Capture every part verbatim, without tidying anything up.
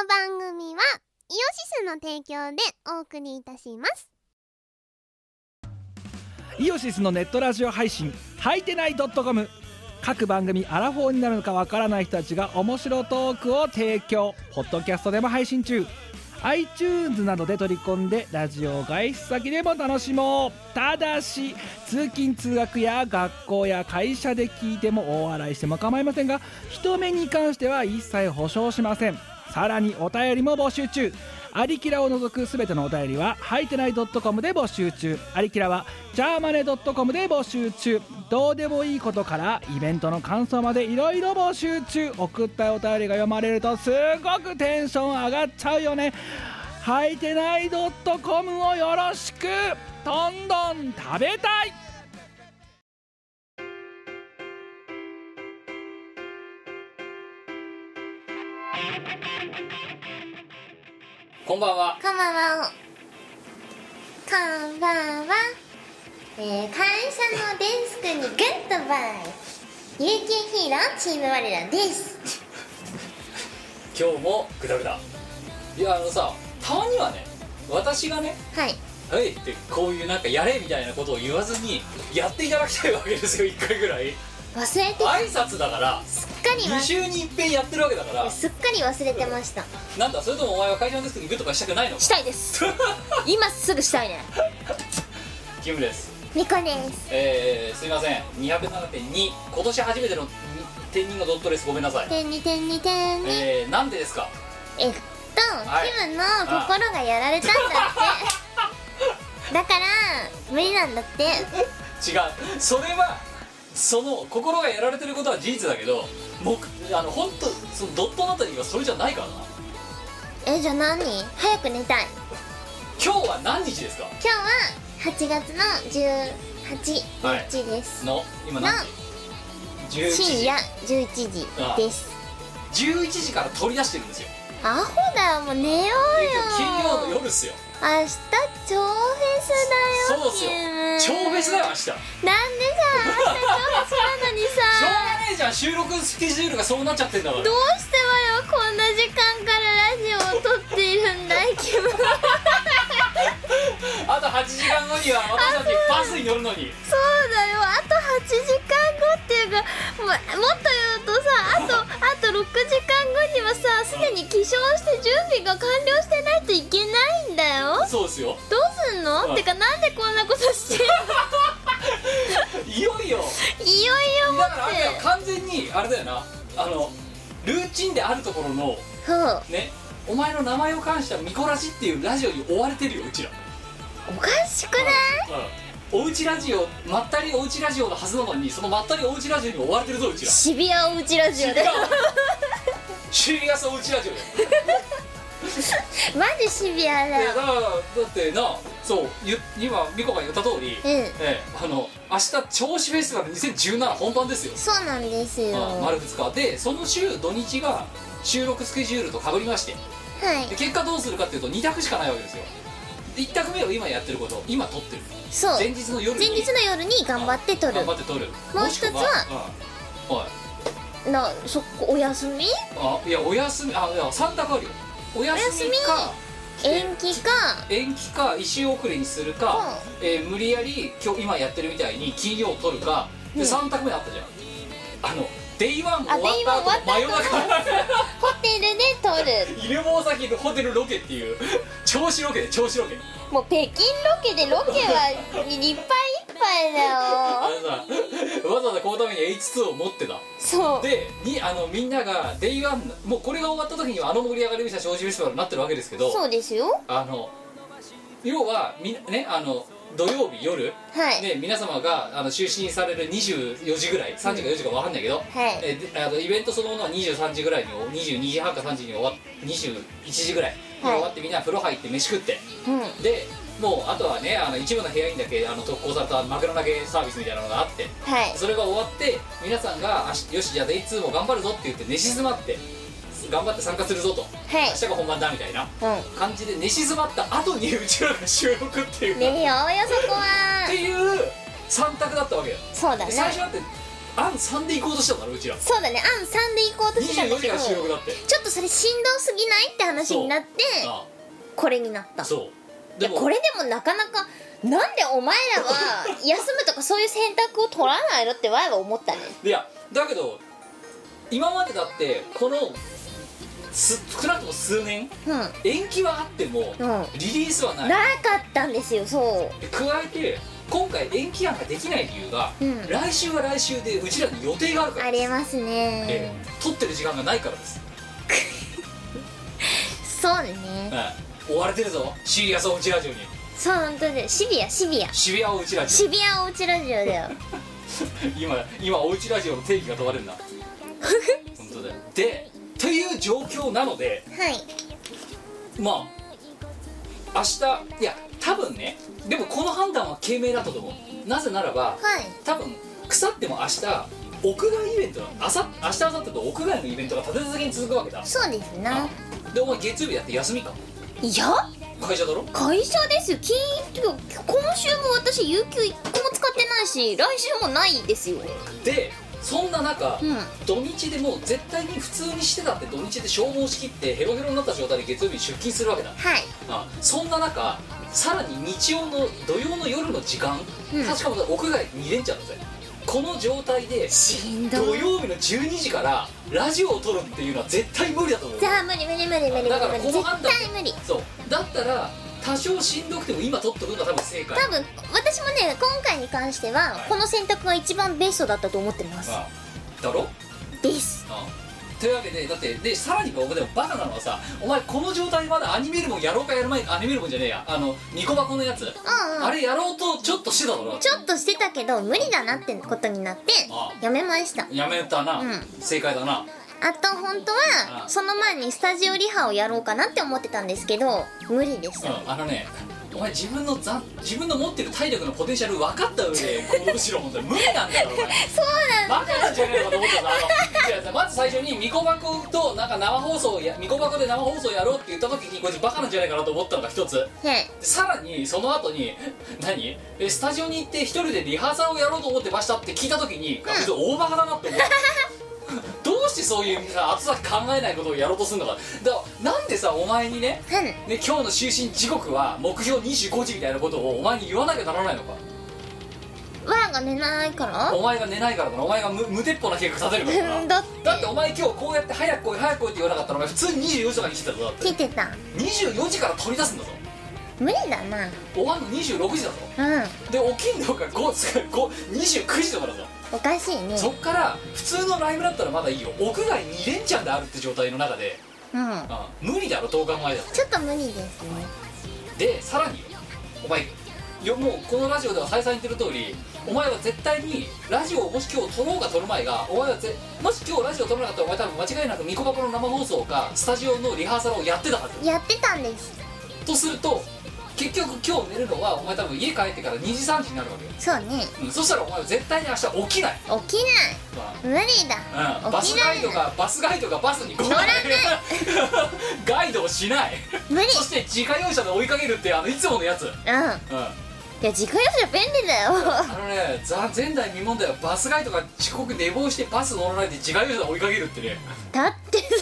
の番組はイオシスの提供でお送りいたします。 イオシスのネットラジオ配信はいてない .com、 各番組アラフォーになるのかわからない人たちが面白トークを提供。ポッドキャストでも配信中。 iTunes などで取り込んでラジオ外出先でも楽しもう。ただし通勤通学や学校や会社で聞いても大笑いしても構いませんが、人目に関しては一切保証しません。さらにお便りも募集中。アリキラを除くすべてのお便りははいてない .com で募集中。アリキラはジャーマネ .com で募集中。どうでもいいことからイベントの感想までいろいろ募集中。送ったお便りが読まれるとすごくテンション上がっちゃうよね。はいてない .com をよろしく。どんどん食べたい。 こんばんは。 こんばんは。こんばんは。えー、会社のデスクにグッドバイ。有機ヒーローチーム我らです。 今日もグダグダ。いや、あのさ、たまにはね、私がね、 はいはいってこういうなんかやれみたいなことを言わずにやっていただきたいわけですよ。いっかいぐらい忘れて挨拶だからすっかりに週にいっぺんやってるわけだから。 すっかり忘れてました。 なんだ、それともお前は会社のデスクにグッとかしたくないのか。 したいです今すぐしたいね。 キムです。 ミコです。 えー、すいません にひゃくななてんに 今年初めてのてんにのドットレス、ごめんなさい。 てんにてんにてんにえー、なんでですか。 えっと、 はいキムの心がやられたんだってだから無理なんだって。 違う、それはその心がやられてることは事実だけど、もうあの本当そのドットのあたりはそれじゃないからな。 え、じゃあ何？早く寝たい。 今日は何日ですか。 今日ははちがつのじゅうはちにちです、 の今何時。じゅういちじ。 深夜じゅういちじです。 じゅういちじから取り出してるんですよ。 アホだよ、もう寝ようよ。 金曜の夜っすよ。 明日超フェスだよ。 そうっすよ、超フェスだよ明日。 なんでさ、明日超フェスなのにさしょうがねえじゃん、収録スケジュールがそうなっちゃってんだから。 どうしてわよ、こんな時間からラジオを撮っているんだい、キムあとはちじかんごには私たちバスに乗るのに。 そうだよ、あとはちじかんごっていうか、も, もっと言うとさ、あとあとろくじかんごにはさ、すでに起床して準備が完了してないといけないんだよ。 そうですよ。 どうすんの、うん、てかなんでこんなことしてんのいよいよいよいよもって。 だからあれだよ、完全にあれだよな、あのルーチンであるところのそうね、お前の名前を冠したミコラジっていうラジオに追われてるよ、うちら。 おかしくない？ うん、うん、おうちラジオ、まったりおうちラジオのはずなのに、そのまったりおうちラジオに追われてるぞ、うちら。 シビアおうちラジオでシビアスおうちラジオでマジシビアだよ。 だからだってな、そう今ミコが言った通り、 うん、 ええ、あの明日銚子フェスティバルにせんじゅうなな本番ですよ。 そうなんですよ、 うん、丸ふつかで、その週土日が収録スケジュールと被りまして、 はい、 で結果どうするかっていうとに択しかないわけですよ。いち択目は今やってること、今撮ってる。 そう、 前日の夜に前日の夜に頑張って撮る。 頑張って撮る。 もう一つは、 うん、はいな、そこお休み？ あ、いやお休み、あ、いやさん択あるよ。お休みか延期か延期か一週遅れにするか、うん、えー、無理やり今日今やってるみたいに金曜撮るかで、うん、さん択目あったじゃん。あのデイワン終わった後の真夜中ホテルで撮る入間崎のホテルロケっていう銚子ロケで、銚子ロケ、 もう北京ロケでロケはいっぱいいっぱいだよあのさ、わざわざこのために エイチツー を持ってた。 そうでに、あのみんながデイワン、もうこれが終わった時にはあの盛り上がりをした銚子フェスティバルになってるわけですけど、 そうですよ。あの要はみね、あの土曜日夜、 はい、 ね、皆様があの就寝されるにじゅうよじぐらい、さんじかよじか分かんないけど、 はい、 えであのイベントそのものはにじゅうさんじぐらいに、にじゅうにじはんかさんじに終わっにじゅういちじぐらいに終わって、みんな風呂入って飯食って、 うん、 でもうあとはね、あの一部の部屋にだけあの特攻された枕投げサービスみたいなのがあって、 はい、 それが終わって皆さんがよしじゃあ デイツー も頑張るぞって言って寝静まって頑張って参加するぞと、はい、明日が本番だみたいな感じで寝静まった後にうちらが収録っていう寝ようよそこはっていうさん択だったわけよ。 そうだね。 最初だってアンさんで行こうとしたんだろうちら。 そうだね、アンさんで行こうとしたんだけどにじゅうよじかん収録だって。 ちょっとそれしんどすぎないって話になってこれになった。 そうでもこれでもなかなかなんでお前らは休むとかそういう選択を取らないのってわいは思ったね。 いやだけど今までだってこの少なくとも数年、うん、延期はあっても、うん、リリースはない、 なかったんですよ。そう加えて今回延期案ができない理由が、うん、来週は来週でうちらに予定があるからです。 ありますね、 えー、撮ってる時間がないからですそうね、 うん、追われてるぞシリアスおうちラジオに。 そう本当でシビアシビアシビアおうちラジオシビアおうちラジオだよ今今おうちラジオの定義が問われるな本当だよ。でという状況なので、はい、まあ明日いや多分ね、でもこの判断は賢明だったと思う。なぜならば、はい、多分腐っても明日屋外イベントの明日明日明後日と屋外のイベントが立て続けに続くわけだ。 そうですな。 でお前月曜日やって休みか。 いや会社だろ。 会社ですよ。金今週も私有給いっこも使ってないし来週もないですよ。 でそんな中、うん、土日でもう絶対に普通にしてたって土日で消耗しきってヘロヘロになった状態で月曜日に出勤するわけだ。はい。あそんな中さらに日曜の土曜の夜の時間、うん、確かも屋外に連チャンだぜ。この状態で土曜日のじゅうにじからラジオを撮るっていうのは絶対無理だと思う。 じゃあ無理無理無理無理無理。 だからこの判断絶対無理。 そうだったら多少しんどくても今撮っとくのが多分正解。 多分私もね今回に関しては、はい、この選択が一番ベストだったと思ってます。 ああだろです。 ああというわけでだってでさらに僕でもバカなのはさ、お前この状態でまだアニメルモンやろうかやる前アニメルモンじゃねえやあのニコバコのやつ、うんうん、あれやろうとちょっとしてただろ。 ちょっとしてたけど無理だなってことになってやめました。 やめたな、うん、正解だな。 あと本当はその前にスタジオリハをやろうかなって思ってたんですけど無理でした、 うん、あのねお前自分のざ自分の持ってる体力のポテンシャル分かった上で行動しろ。本当に無理なんだよお前。 そうなんだ。 バカなんじゃねえのかと思ったさ。あのまず最初にミコバコとなんか生放送やミコバコで生放送やろうって言った時にこいつバカなんじゃないかなと思ったのが一つ。さらにその後に何えスタジオに行って一人でリハーサルをやろうと思ってましたって聞いた時に、うん、こいつ大バカだなって思った。どうしてそういうさ後先考えないことをやろうとするのか。だからなんでさお前にね、うん、ね今日の就寝時刻は目標にじゅうごじみたいなことをお前に言わなきゃならないのか。 わらが寝ないから。 お前が寝ないからだな。お前が 無, 無鉄砲な計画立てるからな。だってだってお前今日こうやって早く来い早く来いって言わなかったらお前普通ににじゅうよじとかに来てたぞ。だって来てた。 にじゅうよじから取り出すんだぞ。 無理だな。 終わんのにじゅうろくじだぞ。うんで起きんのがにじゅうくじとかだぞ。 おかしいね。 そっから普通のライブだったらまだいいよ。屋外に連チャンであるって状態の中で、うん、うん、無理だろどう考えたら。 ちょっと無理ですね。 でさらによお前よもうこのラジオでは再三言ってる通りお前は絶対にラジオをもし今日撮ろうが撮る前がお前はぜもし今日ラジオ撮らなかったらお前多分間違いなくミコバコの生放送かスタジオのリハーサルをやってたはず。 やってたんです。 とすると結局今日寝るのはお前多分家帰ってからにじさんじになるわけよ。 そうね、 うん、そしたらお前は絶対に明日起きない。 起きない、うん、無理だ、 うん、バスガイドがバスガイドがバスに来ないガイドをしない無理。 そして自家用車で追いかけるってあのいつものやつ。うん、うん、いや自家用車便利だよあのねザ前代未聞だよ。バスガイドが遅刻寝坊してバス乗らないで自家用車で追いかけるってね。 だってさ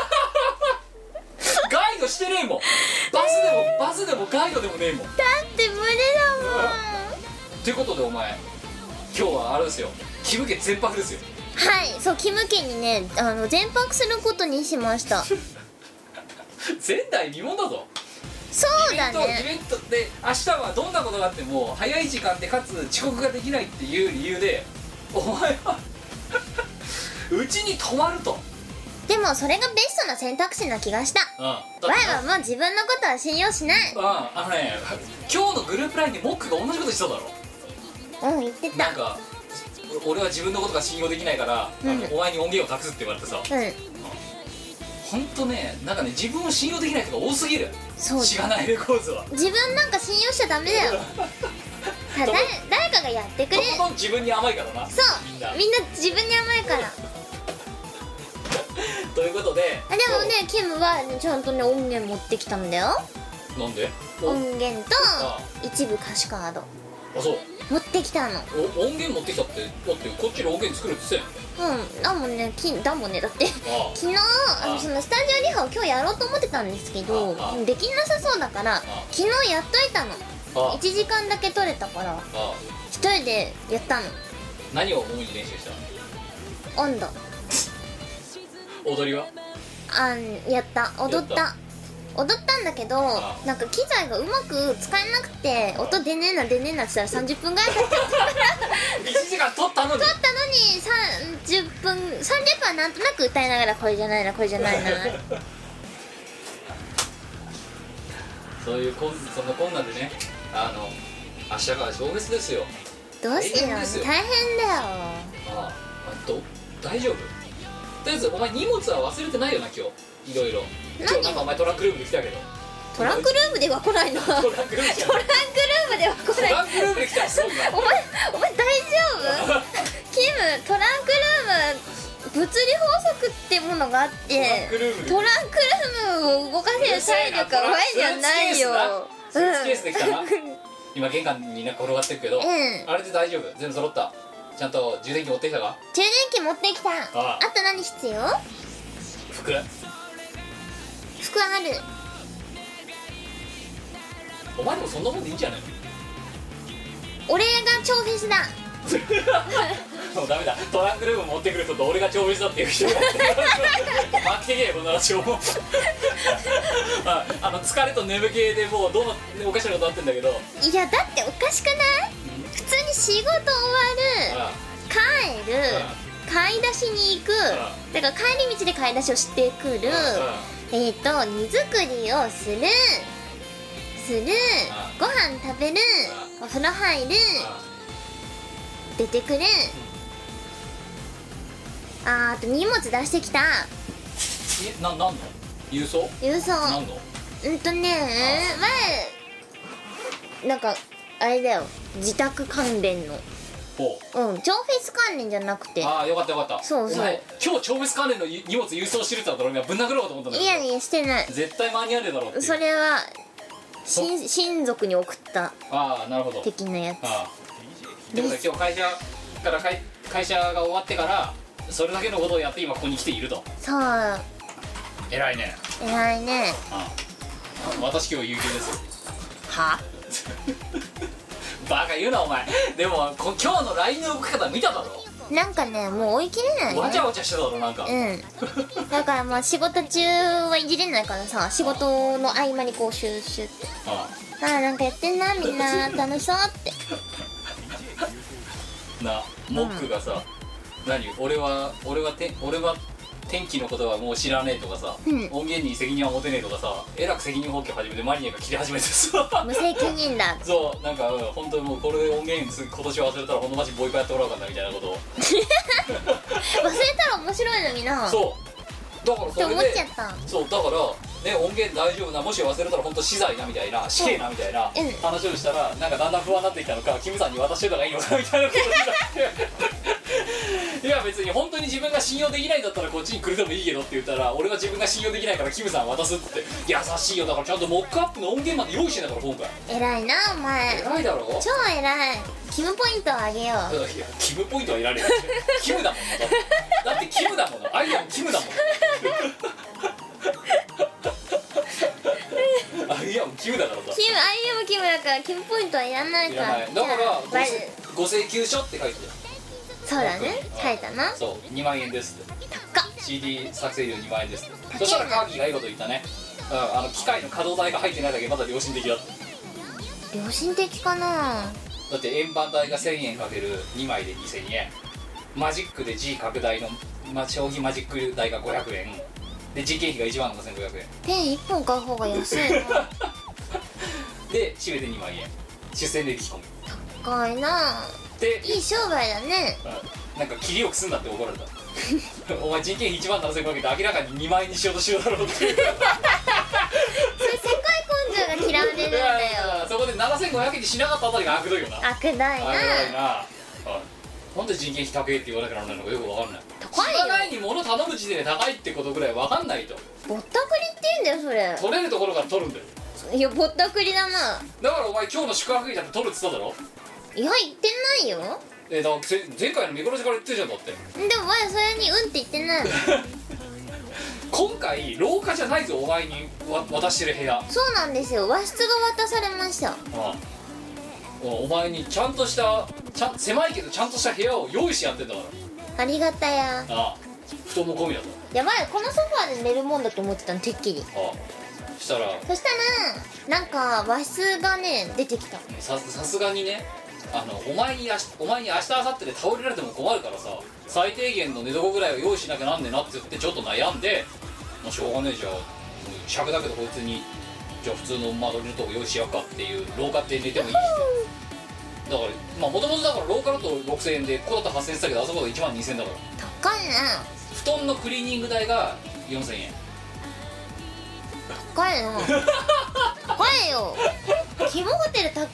ガイドしてねえもん。バスでも、えー、バスでもガイドでもねえもん。 だって無理だもん。 ということでお前今日はあれですよキム家全泊ですよ。 はいそうキム家にねあの全泊することにしました前代未聞だぞ。 そうだね。 イベントで明日はどんなことがあっても早い時間でかつ遅刻ができないっていう理由でお前はうちに泊まると。 でもそれがベストな選択肢な気がした。うん、わいはもう自分のことは信用しない。 うんあのね今日のグループラインでモックが同じこと言ってただろ。 うん言ってた。 なんか俺は自分のことが信用できないから、うん、あのお前に音源を隠すって言われてさ、うん、ほんとねなんかね自分を信用できない人が多すぎる。そうしがないレコーズは自分なんか信用しちゃダメだよ誰, 誰かがやってくれ。 とことん自分に甘いからな。 そうみんなみんな自分に甘いからということであでもねキムは、ね、ちゃんとね音源持ってきたんだよ。 なんで？ 音源と一部歌詞カード。 あ、そう持ってきたの。 お音源持ってきたってだってこっちに音源作るって言ってうんだもんねきだもんねだってたよ昨日あのそのスタジオリハを今日やろうと思ってたんですけどああできなさそうだから昨日やっといたの。 ああいちじかんだけ撮れたからああ一人でやったの。 何を主に練習した温度踊りはあんやった踊ったやっ踊ったんだけどあなんか機材がうまく使えなくて音出ねえな出ねえなって言ったらさんじゅっぷんぐらい経っちゃったいちじかん撮ったのに撮ったのにさんじゅっぷんさんじゅっぷんはなんとなく歌いながらこれじゃないなこれじゃないなそういうこんそのこんなんでねあの明日から正月ですよ。 どうしよう大変ですよ大変だよ。 あああど大丈夫とりあえずお前荷物は忘れてないよな今日いろいろ今日なんかお前トランクルームで来たけどトランクルームでは来ないのトランクルトランクルームじゃーないムでは来ないトランクルームで来たらすごいなお前お前大丈夫キムトランクルーム物理法則ってものがあってトランクルームでトランクルームを動かせる体力はワイじゃないよ。 スーツケースで来たなうん今玄関になんか転がってるけど、 うんあれで大丈夫全部揃った。ちゃんと充電器持ってきたか。 充電器持ってきた。ああと何必要？ 服服ある。 お前でもそんなもんでいいんじゃないの俺が超フェスだ。 もうダメだトランクルーム持ってくる人と俺が超フェスだっていう人が待ってけよこのラジオもああの疲れと眠気でもうどんなおかしなことなってんだけどいやだっておかしくない？普通に仕事終わるあ帰る買い出しに行くだから帰り道で買い出しをしてくるえっと荷造りをするするご飯食べるお風呂入る出てくるあーあと荷物出してきたえななんの郵送郵送なんのうんとね前なんかあれだよ自宅関連のほううん超フェス関連じゃなくてああよかったよかったそうそうお前今日超別関連の荷物郵送してるって言ったら俺がぶん殴ろうかと思ったんだけどいやいやしてない絶対間に合わねえだろうっていうそれは親親族に送ったああなるほど的なやつああってことで今日会社から会会社が終わってからそれだけのことをやって今ここに来ているとそう偉いね偉いねああ私今日有給ですよはバカ言うなお前でもこ今日の ライン の動き方見ただろなんかねもう追い切れないわちゃねわちゃしてただろなんかうんだからまあ仕事中はいじれないからさ仕事の合間にこうシュッシュってああーなんかやってんなみんな楽しそうってあなモックがさ、何俺は俺はて俺は天気のことはもう知らねえとかさ、 うん音源に責任は持てねえとかさえらく責任放棄を始めてマニアが切り始めてさ無責任だそうなんか、うん、本当にもうこれで音源今年忘れたらほんとマジボイパやってもらおうかなみたいなことを忘れたら面白いのになそうだからって思っそれでちゃったそうだからね音源大丈夫なもし忘れたら本当死罪なみたいな死刑なみたいなうん話をしたらなんかだんだん不安になってきたのかキムさんに渡してた方がいいのかみたいなことになっていや別に本当に自分が信用できないんだったらこっちに来るでもいいけどって言ったら俺は自分が信用できないからキムさん渡すって優しいよだからちゃんとモックアップの音源まで用意してんだから今回偉いなお前偉いだろ超偉いキムポイントをあげよういやキムポイントはいられないキムだもんだってキムだものアイアンキムだもんアイアンキムだからさキムアイエムキムだからキムポイントはいらないいからないだからバイご請求書って書いてそうだねあ書いたなそうにまん円ですって高っシーディー 作成料にまん円ですって高えなそしたらカーギーがいいこと言ったね、うん、あの機械の稼働代が入ってないだけまだ良心的だって良心的かなだって円盤代がせんえんかけるにまいでにせんえんマジックで G 拡大の、ま、消費マジック代がごひゃくえんで人件費がいちまんごせんごひゃくえんペンいっぽん買う方が安いなで締めてにまん円出世で聞き込む高いなでいい商売だねうんなんか切りよくすんだって怒られたお前人件費いちまんななせんかけて明らかににまん円にしようとしようだろうっていうそれ世界根性が嫌われるんだよそこでななせんごひゃくえんにしなかったあたりが悪どいよな悪どいなあれだいななんで人件費高えって言わなきゃならないのかよくわかんない高いよ知らないに物頼む時点で高いってことぐらいわかんないとぼったくりって言うんだよ取れるところから取るんだよそれいやぼったくりだなだからお前今日の宿泊費だって取るって言っただろいや言ってないよ。 えだからぜ前回の見殺しから言ってるじゃんだって。 でも前それにうんって言ってないの今回廊下じゃないぞお前にわ渡してる部屋。 そうなんですよ、和室が渡されました。 ああお前にちゃんとしたちゃん狭いけどちゃんとした部屋を用意してやってんだから。 ありがたや。 ああ布団も込みだと。 やばい、このソファーで寝るもんだと思ってたの、てっきり。 ああしたらそしたらなんか和室がね出てきた。 ささすがにね、あのお前にあしお前に明日明後日で倒れられても困るからさ、最低限の寝床ぐらいを用意しなきゃなんねえなって言ってちょっと悩んで、もうしょうがねえじゃあ尺だけどこいつにじゃあ普通の間取りのとこ用意しようかっていう、廊下って寝てもいいしだからまあもともとだから廊下だとろくせんえんでここだとはっせんえんしたけどあそこだといちまんにせんえんだから。 高いね。 布団のクリーニング代がよんせんえん。 高いの高いよ。キムホテル高いって。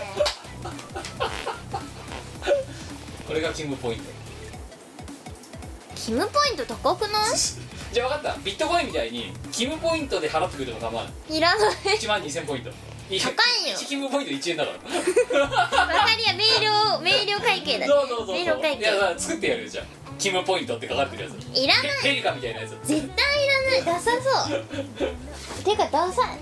これがキムポイント。 キムポイント高くない？ じゃあ分かった、ビットコインみたいにキムポイントで払ってくれても構わない。 いらない。 いちまんにせんポイント。 高いよ。 いちキムポイントいちえんだからわかりや、明瞭明瞭会計だね。 そうそうそうそう。 明瞭会いやだ計。 から作ってやるじゃん、キムポイントって書かれてるやつ。 いらない。 ヘリカみたいなやつ。 絶対いらない。ダサそうてかダサい。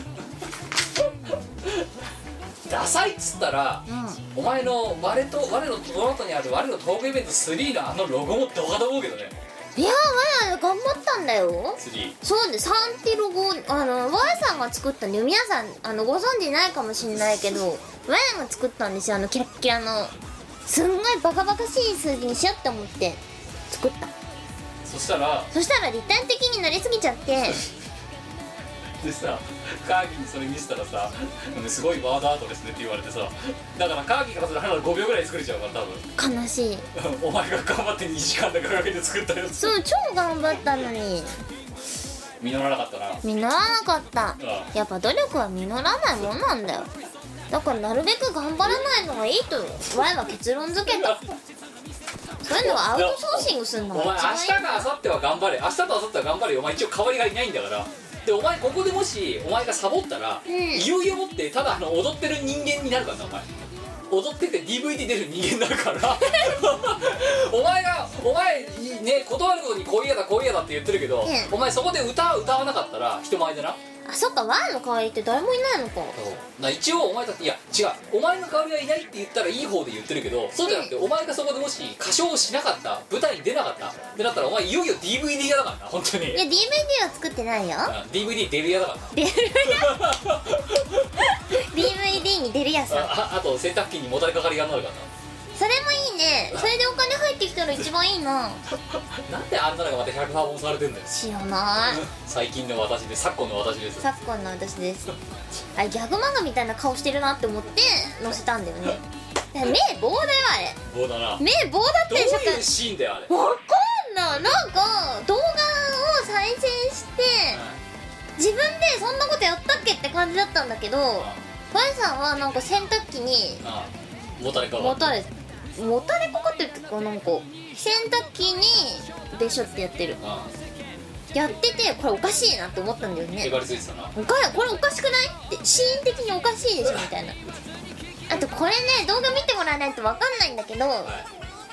ダサいっつったら、 うん、 お前の我と我のノートにある我のトークイベントスリーのあのロゴもどうかと思うけどね。 いやー、わや頑張ったんだよ。 スリーそうで、サンティロゴ、あの、わやさんが作ったんで、皆さん、あの、ご存知ないかもしれないけど、わやが作ったんですよ、あの、キラッキラの。すんごいバカバカしい数字にしようって思って、作った。 そしたらそしたら立体的になりすぎちゃって、 でさ、カーギーにそれ見せたらさ「すごいワードアートですね」って言われてさ、だからカーギーからするとごびょうぐらい作れちゃうから多分悲しい。 お前が頑張ってにじかんでかけて作ったやつそう、超頑張ったのに、 実らなかったな。 実らなかった。 あやっぱ努力は実らないもんなんだよ。だからなるべく頑張らないのがいいと、わやは結論付けた。そういうのはアウトソーシングするのお前明が一番いい。 日か明後日は頑張れ、明日と明後日は頑張れよ。お前一応代わりがいないんだから。でお前ここでもしお前がサボったら、 うん、 いよいよもってただあの踊ってる人間になるからな。お前踊ってて ディーブイディー 出る人間になるからお前がお前ね、断ることにこう嫌だこう嫌だって言ってるけど、 うん、 お前そこで歌歌わなかったら人前でな。 あ、そっか、わやの代わりって誰もいないのか。 な一応お前だっていや違う、お前の代わりはいないって言ったらいい方で言ってるけど、そうじゃなくて、お前がそこでもし歌唱しなかった、舞台に出なかったってなったらお前いよいよ ディーブイディー 屋だからな本当に。 いや ディーブイディー は作ってないよ。 ディーブイディー 出る屋だからな。 出るやディーブイディー に出るやさん。 あ, あと洗濯機にもたれかかりがになるからな。 それもいいね。それでお金入ってきたら一番いいな。 なんであんなのがまたひゃくパーセントされてんだよ。 知らない。 最近の私で昨今の私です。 昨今の私です。あれギャグ漫画みたいな顔してるなって思って載せたんだよね。だから目棒だよあれ。 棒だな。 目棒だったどうでしょ。 いうシーンだよあれ。 わかんない。なんか動画を再生して自分でそんなことやったっけって感じだったんだけど、バイさんはなんか洗濯機にああもたれかかもたれもたれかかってるっていうか、なんか洗濯機にでしょってやってる。 あやっててこれおかしいなって思ったんだよね。 へばりついてたな。 おかこれおかしくないって、シーン的におかしいでしょみたいな。あとこれね、動画見てもらわないと分かんないんだけど、 はい、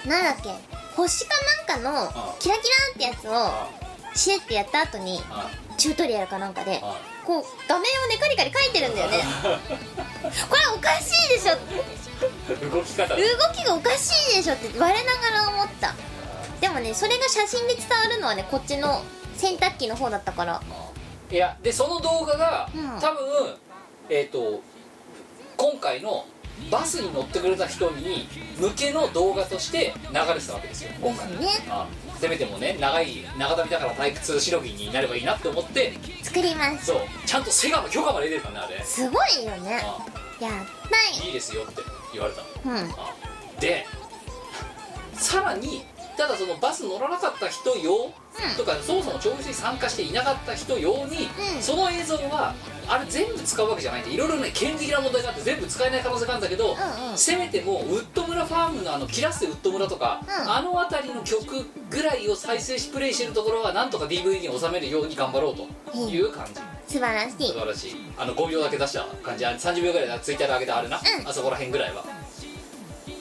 なんだっけ、星かなんかのキラキラってやつをシュッてやった後にチュートリアルかなんかでこう画面をねカリカリ描いてるんだよねこれおかしいでしょ動き方動きがおかしいでしょって我ながら思った。でもね、それが写真で伝わるのはね、こっちの洗濯機の方だったから。 いやでその動画が、 うん、 多分えっ、ー、と今回のバスに乗ってくれた人に向けの動画として流れてたわけですよ今回ですね。 ああせめてもね、長い長旅だから退屈しのぎになればいいなって思って作ります。 そうちゃんとセガの許可まで出てるからねあれ。 すごいよね。 あやったい。 いいですよって言われたの。 うん。 あでさらにただそのバス乗らなかった人用、うん、とかそもそも調布市に参加していなかった人用に、うん、その映像はあれ全部使うわけじゃないんで、いろいろね権利的な問題があって全部使えない可能性があるんだけど、うんうん、せめてもウッド村ファームのあのキラッセウッド村とか、うん、あの辺りの曲ぐらいを再生しプレイしてるところはなんとか ディーブイディー に収めるように頑張ろうという感じ、 うん、素晴らしい素晴らしい。あのごびょうだけ出した感じ、さんじゅうびょうぐらいツイッターで上げたあれな、うん、あそこら辺ぐらいは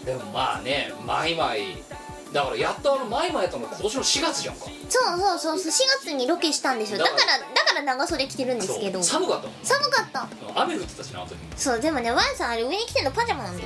でもまあね、マイマイだからやっとあのマイマイやったの今年のしがつじゃんか。 そうそうそうそう、しがつにロケしたんですよ。だからだから長袖着てるんですけど、 寒かったもん。 寒かった。 雨降ってたしな、あの時。 そう、でもね、ワンさんあれ上に着てるのパジャマなんで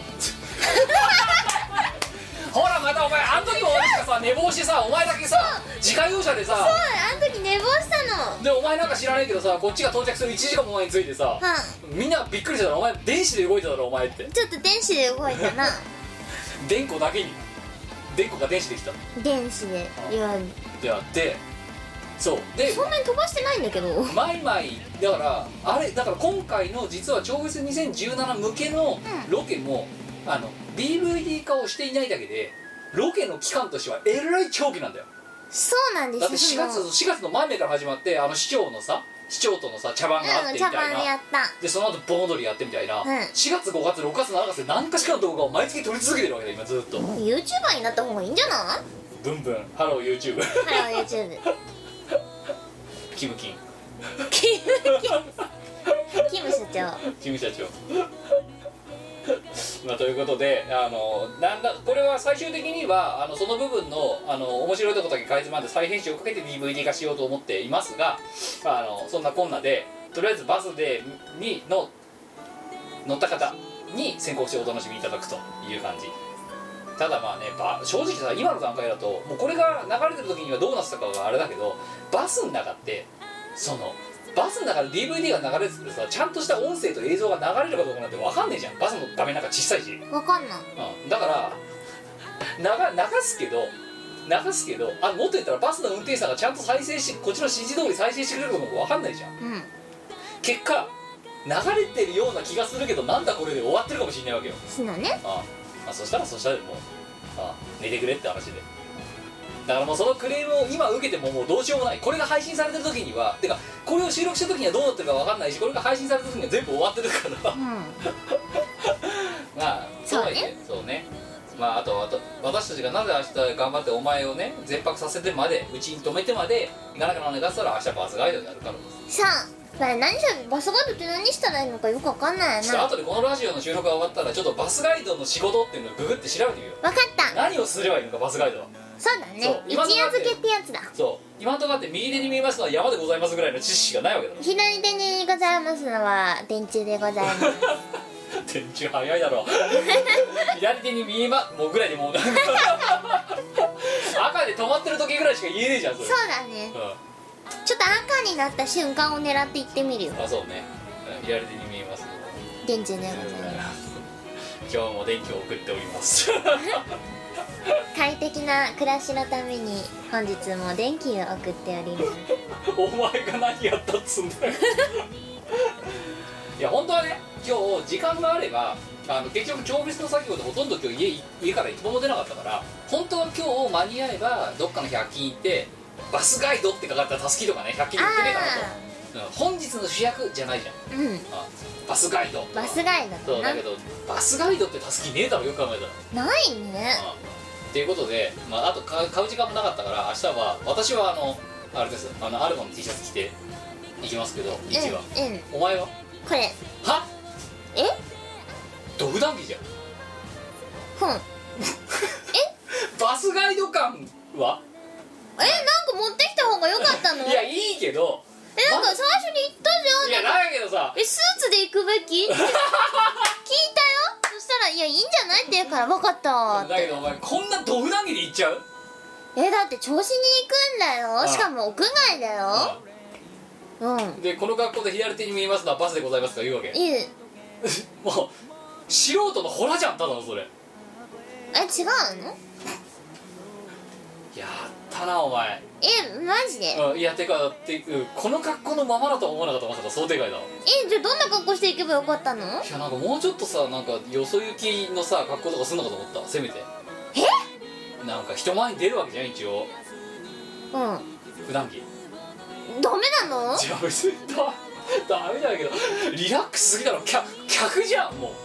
ほらまたお前あの時も俺しかさ寝坊してさ、お前だけさ自家用車でさ、 そう、あの時寝坊したのでお前なんか知らないけどさ、こっちが到着するいちじかんも前に着いてさ、 はみんなびっくりしただろ、お前電子で動いてただろお前って。 ちょっと電子で動いたな電子だけに電子が電子できた電子で、いやであって、そうでそんなに飛ばしてないんだけど、 マイマイだからあれだから今回の実は超フェスにせんじゅうなな向けのロケも、うん、あの ディーブイディー 化をしていないだけでロケの期間としてはえらい長期なんだよ。 そうなんですよ。 だってしがつしがつの前目から始まって、あの市長のさ市長とのさ茶番があってみたいな、 うん、茶番やった。 でその後盆踊りやってみたいな、 うん、 しがつごがつろくがつしちがつで何かしかの動画を毎月撮り続けてるわけだ今ずっと。 YouTuber になった方がいいんじゃない？ ブンブンハロー YouTube ハロー YouTube キムキンキムキンキム社長キム社長まあ、ということであのなんだこれは最終的にはあのその部分のあの面白いところだけかいつまんで再編集をかけて ディーブイディー 化しようと思っていますが、あのそんなこんなでとりあえずバスでにの乗った方に先行してお楽しみいただくという感じ。ただまあね、ば正直さ今の段階だともうこれが流れてる時にはどうなってたかがあれだけど、バスの中ってそのバスの中で ディーブイディー が流れててさ、ちゃんとした音声と映像が流れるかどうかなんて分かんねえじゃん。バスの画面なんか小さいし分かんない、 うん、だから流流すけど流すけどあもっと言ったらバスの運転手さんがちゃんと再生しこっちの指示通り再生してくれるかどうか分かんないじゃん、 うん、 結果流れてるような気がするけどなんだこれで終わってるかもしれないわけよ。 そうだね。 ああそしたらそしたらもうあ寝てくれって話で、だからもうそのクレームを今受けてももうどうしようもない。これが配信されてる時にはてかこれを収録した時にはどうなってるか分かんないし、これが配信された時には全部終わってるから、うん、まあそうはいえそうね、まああとわた私たちがなぜ明日頑張ってお前をね全泊させてまでうちに泊めてまで行かなきゃならないかっつったら明日バスガイドやるからです。 さあまあ、何しバスガイドって何したらいいのかよく分かんないよな。 ちょっと後でこのラジオの収録が終わったらちょっとバスガイドの仕事っていうのをググって調べてみよう。 分かった。 何をすればいいのかバスガイドは。 そうだね、一夜漬けってやつだ。 そう今のところあって右手に見えますのは山でございますぐらいの知識がないわけだろ。 左手にございますのは電柱でございます電柱早いだろ左手に見えまもうぐらいでもう赤で止まってる時ぐらいしか言えねえじゃんそれ。 そうだね、うんちょっと赤になった瞬間を狙っていってみるよ。 あそうね、左手に見えます電柱でございます。 今日も電気を送っております快適な暮らしのために本日も電気を送っておりますお前が何やったっつんだよいや本当はね今日時間があればあの結局超別の作業でほとんど今日 家, 家から一歩も出なかったから本当は今日間に合えばどっかのひゃく均行ってバスガイドって書かれたたすきとかねひゃく均売ってねえかなと、うん、本日の主役じゃないじゃん、うん、あバスガイドバスガイドだな。 そうだけどバスガイドってたすきねえだろよく考えたらないね。 っていうことで、まあ、あと買う時間もなかったから明日は私はあのあれですあのアルバム T シャツ着ていきますけどいちは、 うんうん、 お前はこれはえドフ談義じゃんふんえバスガイド感はえなんか持ってきた方がよかったのいやいいけどえなんか最初に言ったじゃん。 いやだけどさえスーツで行くべき聞いたよ。そしたらいやいいんじゃないって言うから分かったって。 だけどお前こんなドフ談義で行っちゃうえだって銚子に行くんだよ。しかも屋外だよ。うんでこの学校で左手に見えますのはバスでございますとか言うわけいいもう素人のホラじゃんただのそれ。 え違うのやったなお前。 えマジで、 うん、いやてかってうんこの格好のままだとは思わなかったまさか想定外だわ。 えじゃあどんな格好していけばよかったの。 いやなんかもうちょっとさなんかよそ行きのさ格好とかすんのかと思ったせめて。 えなんか人前に出るわけじゃん一応。 うん普段着ダメなの。 じゃあ別にダダメじゃないけどリラックスすぎだろ。客客じゃんもう。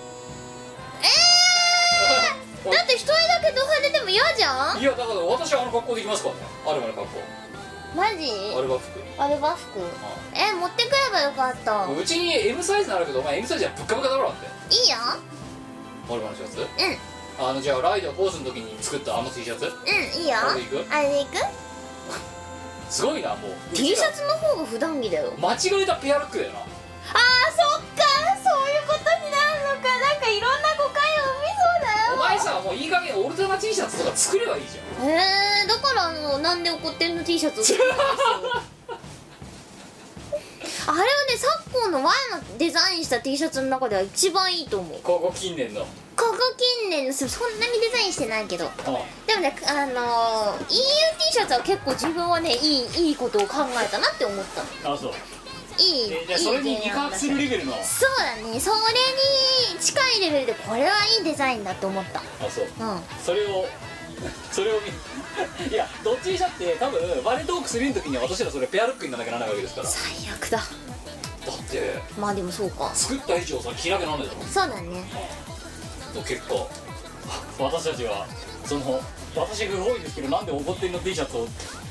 えーだって一人だけド派手でも嫌じゃん。 いやだから私はあの格好で行きますからね。アルバの格好。 マジアルバ服。 アルバ服。え持ってくればよかった。 うちに M サイズなるけどお前 M サイズじゃぶっかぶかだろだって。 いいよ。 アルバのシャツ。 うんあのじゃあライダーコースの時に作ったあの T シャツ、 うんいいよ。 あれでいくあれでいく。 すごいな。もう T シャツの方が普段着だよ。 間違えたペアルックだよな。 あーそっか、そういうことになるのか。なんかいろんな誤解を生みそうだよ。 お前さもういい加減オルタナ T シャツとか作ればいいじゃん。 えー、だからあのなんで怒ってるの T シャツを作るんですよあれはね、昨今の Y のデザインした T シャツの中では一番いいと思う。 ここ近年のここ近年のそんなにデザインしてないけど、 あでもね、あのー、イーユー T シャツは結構自分はねいいいいことを考えたなって思った。 あそういい、 えじゃあそれに肉薄するレベルの。 そうだね、それに近いレベルでこれはいいデザインだと思った。 あそううんそれをそれを見いやどっちにしたって多分バレトークスリーの時には私らそれペアルックにならなきゃならないわけですから。 最悪だ。 だってまあでもそうか。 作った以上さ着なきゃなんないだろ。 そうだね。 結構私たちはその私不本意ですけどなんで怒ってんの T シャツを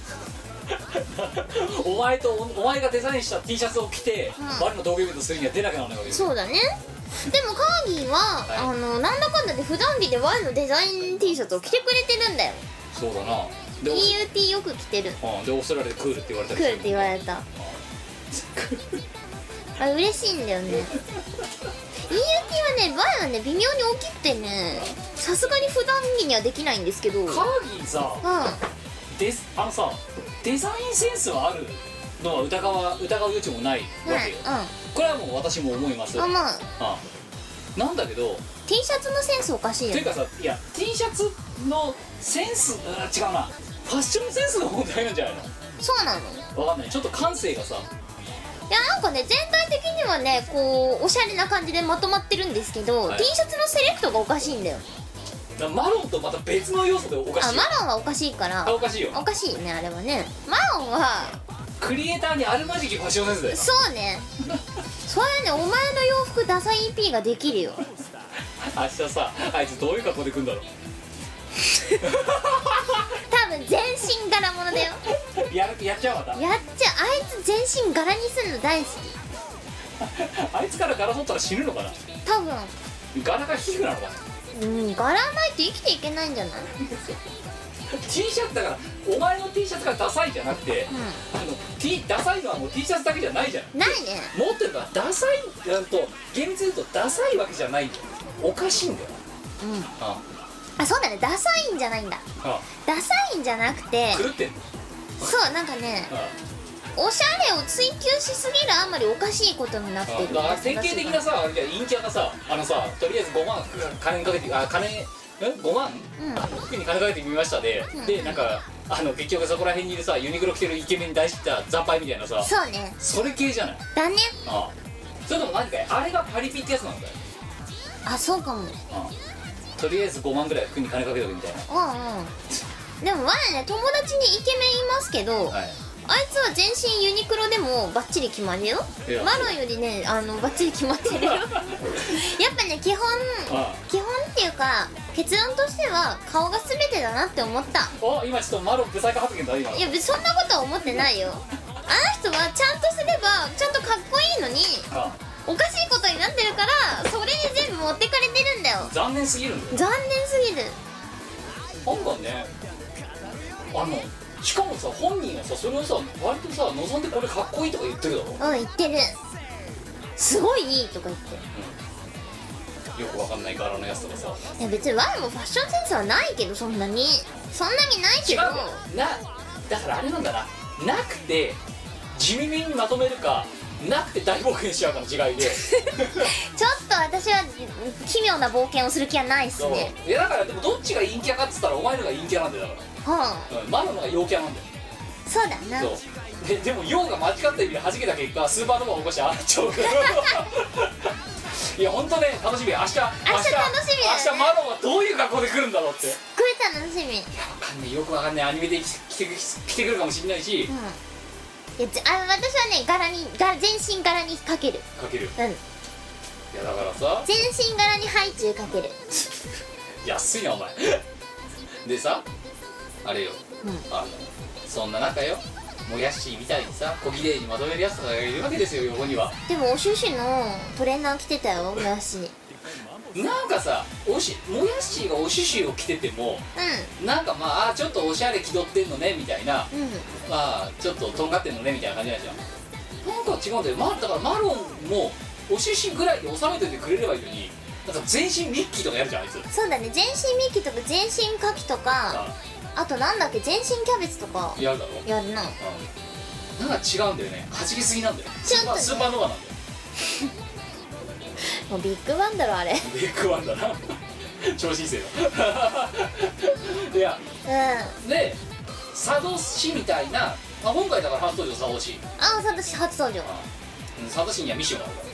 お前とお前がデザインした T シャツを着て、うん、バレの道具イベントするには出なきゃならないわけですよ。 そうだね。でもカーギーは、はい、あのなんだかんだで普段着で Y のデザイン T シャツを着てくれてるんだよ。 そうだな。 イーユーティー よく着てる。 うん、でオーストラリアでクールって言われたりクールって言われた。あ嬉しいんだよね。イーユーティー はね Y はね微妙に大きくてねさすがに普段着にはできないんですけど。 カーギーさ、うん、であのさデザインセンスはあるのは疑わ疑う余地もないわけよ、うんうん、これはもう私も思います。 あ、まあ、 うん、なんだけど T シャツのセンスおかしいよ。 ていうかさ、いや T シャツのセンス、あ違うな、ファッションセンスの問題なんじゃないの。 そうなの分かんない、ちょっと感性がさ、 いやなんかね全体的にはねこうおしゃれな感じでまとまってるんですけど、はい、T シャツのセレクトがおかしいんだよ。 マロンとまた別の要素でおかしい。 あ、マロンはおかしいから。 あ、おかしいよ。 おかしいねあれはね。マロンはクリエイターにあるまじきファッションセンスだよ。 そうねそれねお前の洋服ダサい イーピー ができるよ明日さあいつどういう格好で来んだろう多分全身柄物だよややっちゃう。またやっちゃう。あいつ全身柄にするの大好きあいつから柄取ったら死ぬのかな。 多分柄が低くなのかな。 うん、柄ないと生きていけないんじゃない T シャツだからお前の T シャツがダサいじゃなくて、うん、あの T ダサいのはもう T シャツだけじゃないじゃん。 ないね。 持ってるのはダサいなんと厳密に言うとダサいわけじゃないんだよ。おかしいんだよ。 うん、 ああそうだね、ダサいんじゃないんだ。あダサいんじゃなくて狂ってんの。 そうなんかねおしゃれを追求しすぎるあんまりおかしいことになってる。 だから典型的なさあれじゃ陰キャがさあのさとりあえずごまん金にかけてあ金んごまん、うん、服に金かけてみましたで、うん、でなんかあの結局そこら辺にいるさユニクロ着てるイケメンに大した惨敗みたいなさ。 そうね、 それ系じゃない。 だね。 ああそれとも何かいあれがパリピってやつなんだよ。 あそうかも。 ああとりあえずごまんぐらい服に金かけとくみたいな。 うんうんでも我ね友達にイケメンいますけど、はい、あいつは全身ユニクロでもバッチリ決まるよ。マロンよりねあのバッチリ決まってるよやっぱね基本ああ基本っていうか結論としては顔が全てだなって思った。 お今ちょっとマロンブサイク発言だ今。 いやそんなことは思ってないよあの人はちゃんとすればちゃんとかっこいいのにああおかしいことになってるからそれに全部持ってかれてるんだよ。 残念すぎるんだよ。 残念すぎる。 なんかねあのしかもさ本人はさそれをさ割とさ望んでこれかっこいいとか言ってるだろ。 うん言ってる。すごいいいとか言って、 うん、よくわかんない柄のやつとかさ。 いや別にワイもファッションセンスはないけどそんなにそんなにないけど。 違うなだからあれなんだななくて地味めにまとめるかなくて大冒険しちゃうかの違いでちょっと私は奇妙な冒険をする気はないっすね。 いやだからでもどっちが陰キャかっつったらお前のが陰キャなんだよだから、はあ、うん、マロのが陽キャなんだよ。 そうだな。 そうででも陽が間違った意味で弾けた結果スーパーノヴァを起こしてあっちゃういや本当ね楽しみ。明日明日楽しみだ、ね、明日マロはどういう格好で来るんだろうってすっごい楽しみ。いやわかんないよくわかんないアニメで来て来てくるかもしれないし、うんいやあ私はね柄に柄全身柄にかけるかける。 うんいやだからさ全身柄にハイチュウかける安いなお前でさあれよ、うん、あのそんな中よもやしみたいにさ小綺麗にまとめるやつがいるわけですよ横には。 でもおシュシュのトレーナー着てたよもやしなんかさおしもやしがおしゅしゅを着ててもなんかまああちょっとおしゃれ気取ってんのねみたいな、 うんうんまあちょっととんがってんのねみたいな感じなんじゃん。なんか違うんだよ、まあ、だからマロンもおしゅしゅぐらいで収めといてくれればいいのに、なんか全身ミッキーとかやるじゃんあいつ。 そうだね、全身ミッキーとか全身カキとか、あとなんだっけ全身キャベツとかやるだろ。 やるな。 うん、なんか違うんだよね、弾きすぎなんだよ。 ちょっとねスーパーノヴァなんだよ。 もうビッグバンだろあれ。 ビッグワンだな超新星だいやうん。 で佐渡市みたいな、まあ、今回だから初登場佐渡市、 あ、私初登場。 うん、佐渡市にはミッションがあるから、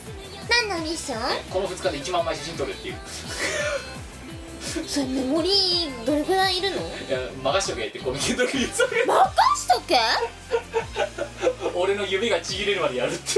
何のミッション？ このふつかでいちまんまい写真撮るっていうそれメモリーどれくらいいるの？ いや任しとけってコミケの時に言ってたけど任しとけ？ 俺の指がちぎれるまでやるって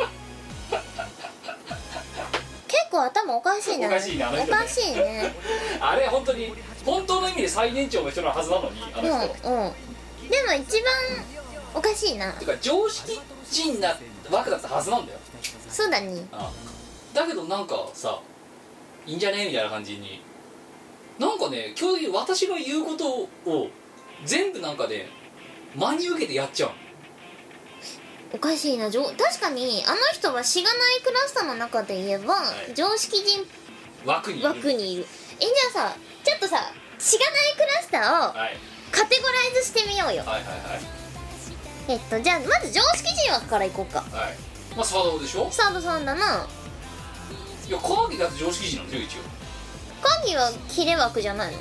結構頭おかしいな。 おかしいねあの人ねおかしいね。 あれ本当に本当の意味で最年長の人のはずなのにあうんの人、 うん。でも一番おかしいな。 てか常識人な枠だったはずなんだよ。 そうだね。 あだけどなんかさいいんじゃねみたいな感じに、なんかね今日私が言うことを全部なんかね真に受けてやっちゃう。 おかしいな。じょ確かにあの人はしがないクラスターの中で言えば、 はい、 常識人枠にいる枠にいる。え、じゃあさちょっとさしがないクラスターをはいカテゴライズしてみようよ。 はいはいはいえっとじゃあまず常識人枠からいこうか。 はい。まあ佐渡でしょ。 スタートさんだな。 いやカーギだって常識人なんですよ一応。 カギはキレ枠じゃないの？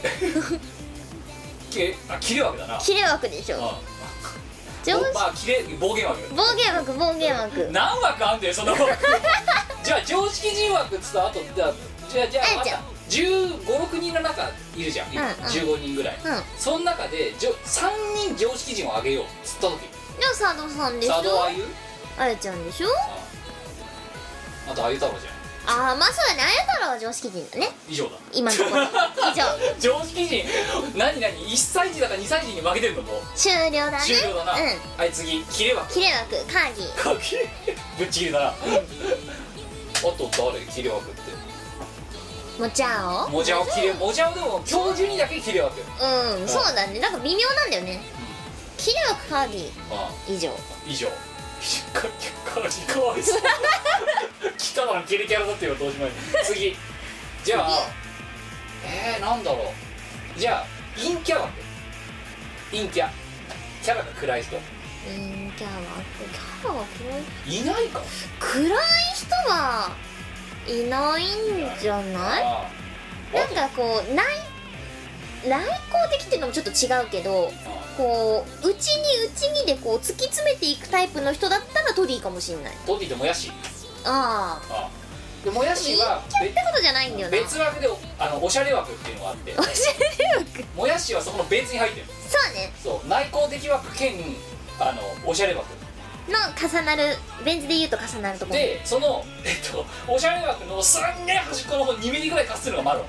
きれあ切れ枠だな。 キレ枠でしょ。 あ常識まあ切れ暴言枠。 暴言枠暴言枠。 何枠あんだよその枠じゃあ常識人枠っつったらあとじゃあじゃあじゃああじゃあじゅうご、ろくにんの中いるじゃん、 うんうんじゅうごにんぐらい、 うん。 その中でじょさんにん常識人をあげようっつった時でもサードさんでしょ。 佐渡あゆあやちゃんでしょ。 ああとあゆ太郎じゃん。 ああまあそうだね。あや太郎は常識人だね以上だ今のところ。以上常識人何何いっさい児だかにさい児に負けてるのもう終了だね。 終了だな、 うん。 はい次キレ枠キレ枠カーギー。 かけぶっちぎりだな、あと誰キレ枠ってもちゃおもじゃおキレもじゃおでも今日中にだけキレ枠うん、そうだね。なんか微妙なんだよね。キレ枠カーギあー以上。 以上かかかわいそう北田のキレキャラだってよどうしまい次じゃあえー、なんだろうじゃあ陰キャ枠陰キャキャラが暗い人陰キャ枠キャラは暗いいないか暗い人はいないんじゃない？ あなんかこう内内向的っていうのもちょっと違うけど、こう内に内にでこう突き詰めていくタイプの人だったらトディかもしんない。 トディともやしあああでもやしは陰キャってことじゃないんだよな。 別枠であのおしゃれ枠っていうのがあっておしゃれ枠もやしはそこの別に入ってるそうねそう内向的枠兼あのおしゃれ枠の重なるベン図で言うと重なるところでそのえっとおしゃれ枠のすんげえ端っこの方にミリぐらいかするのがマロン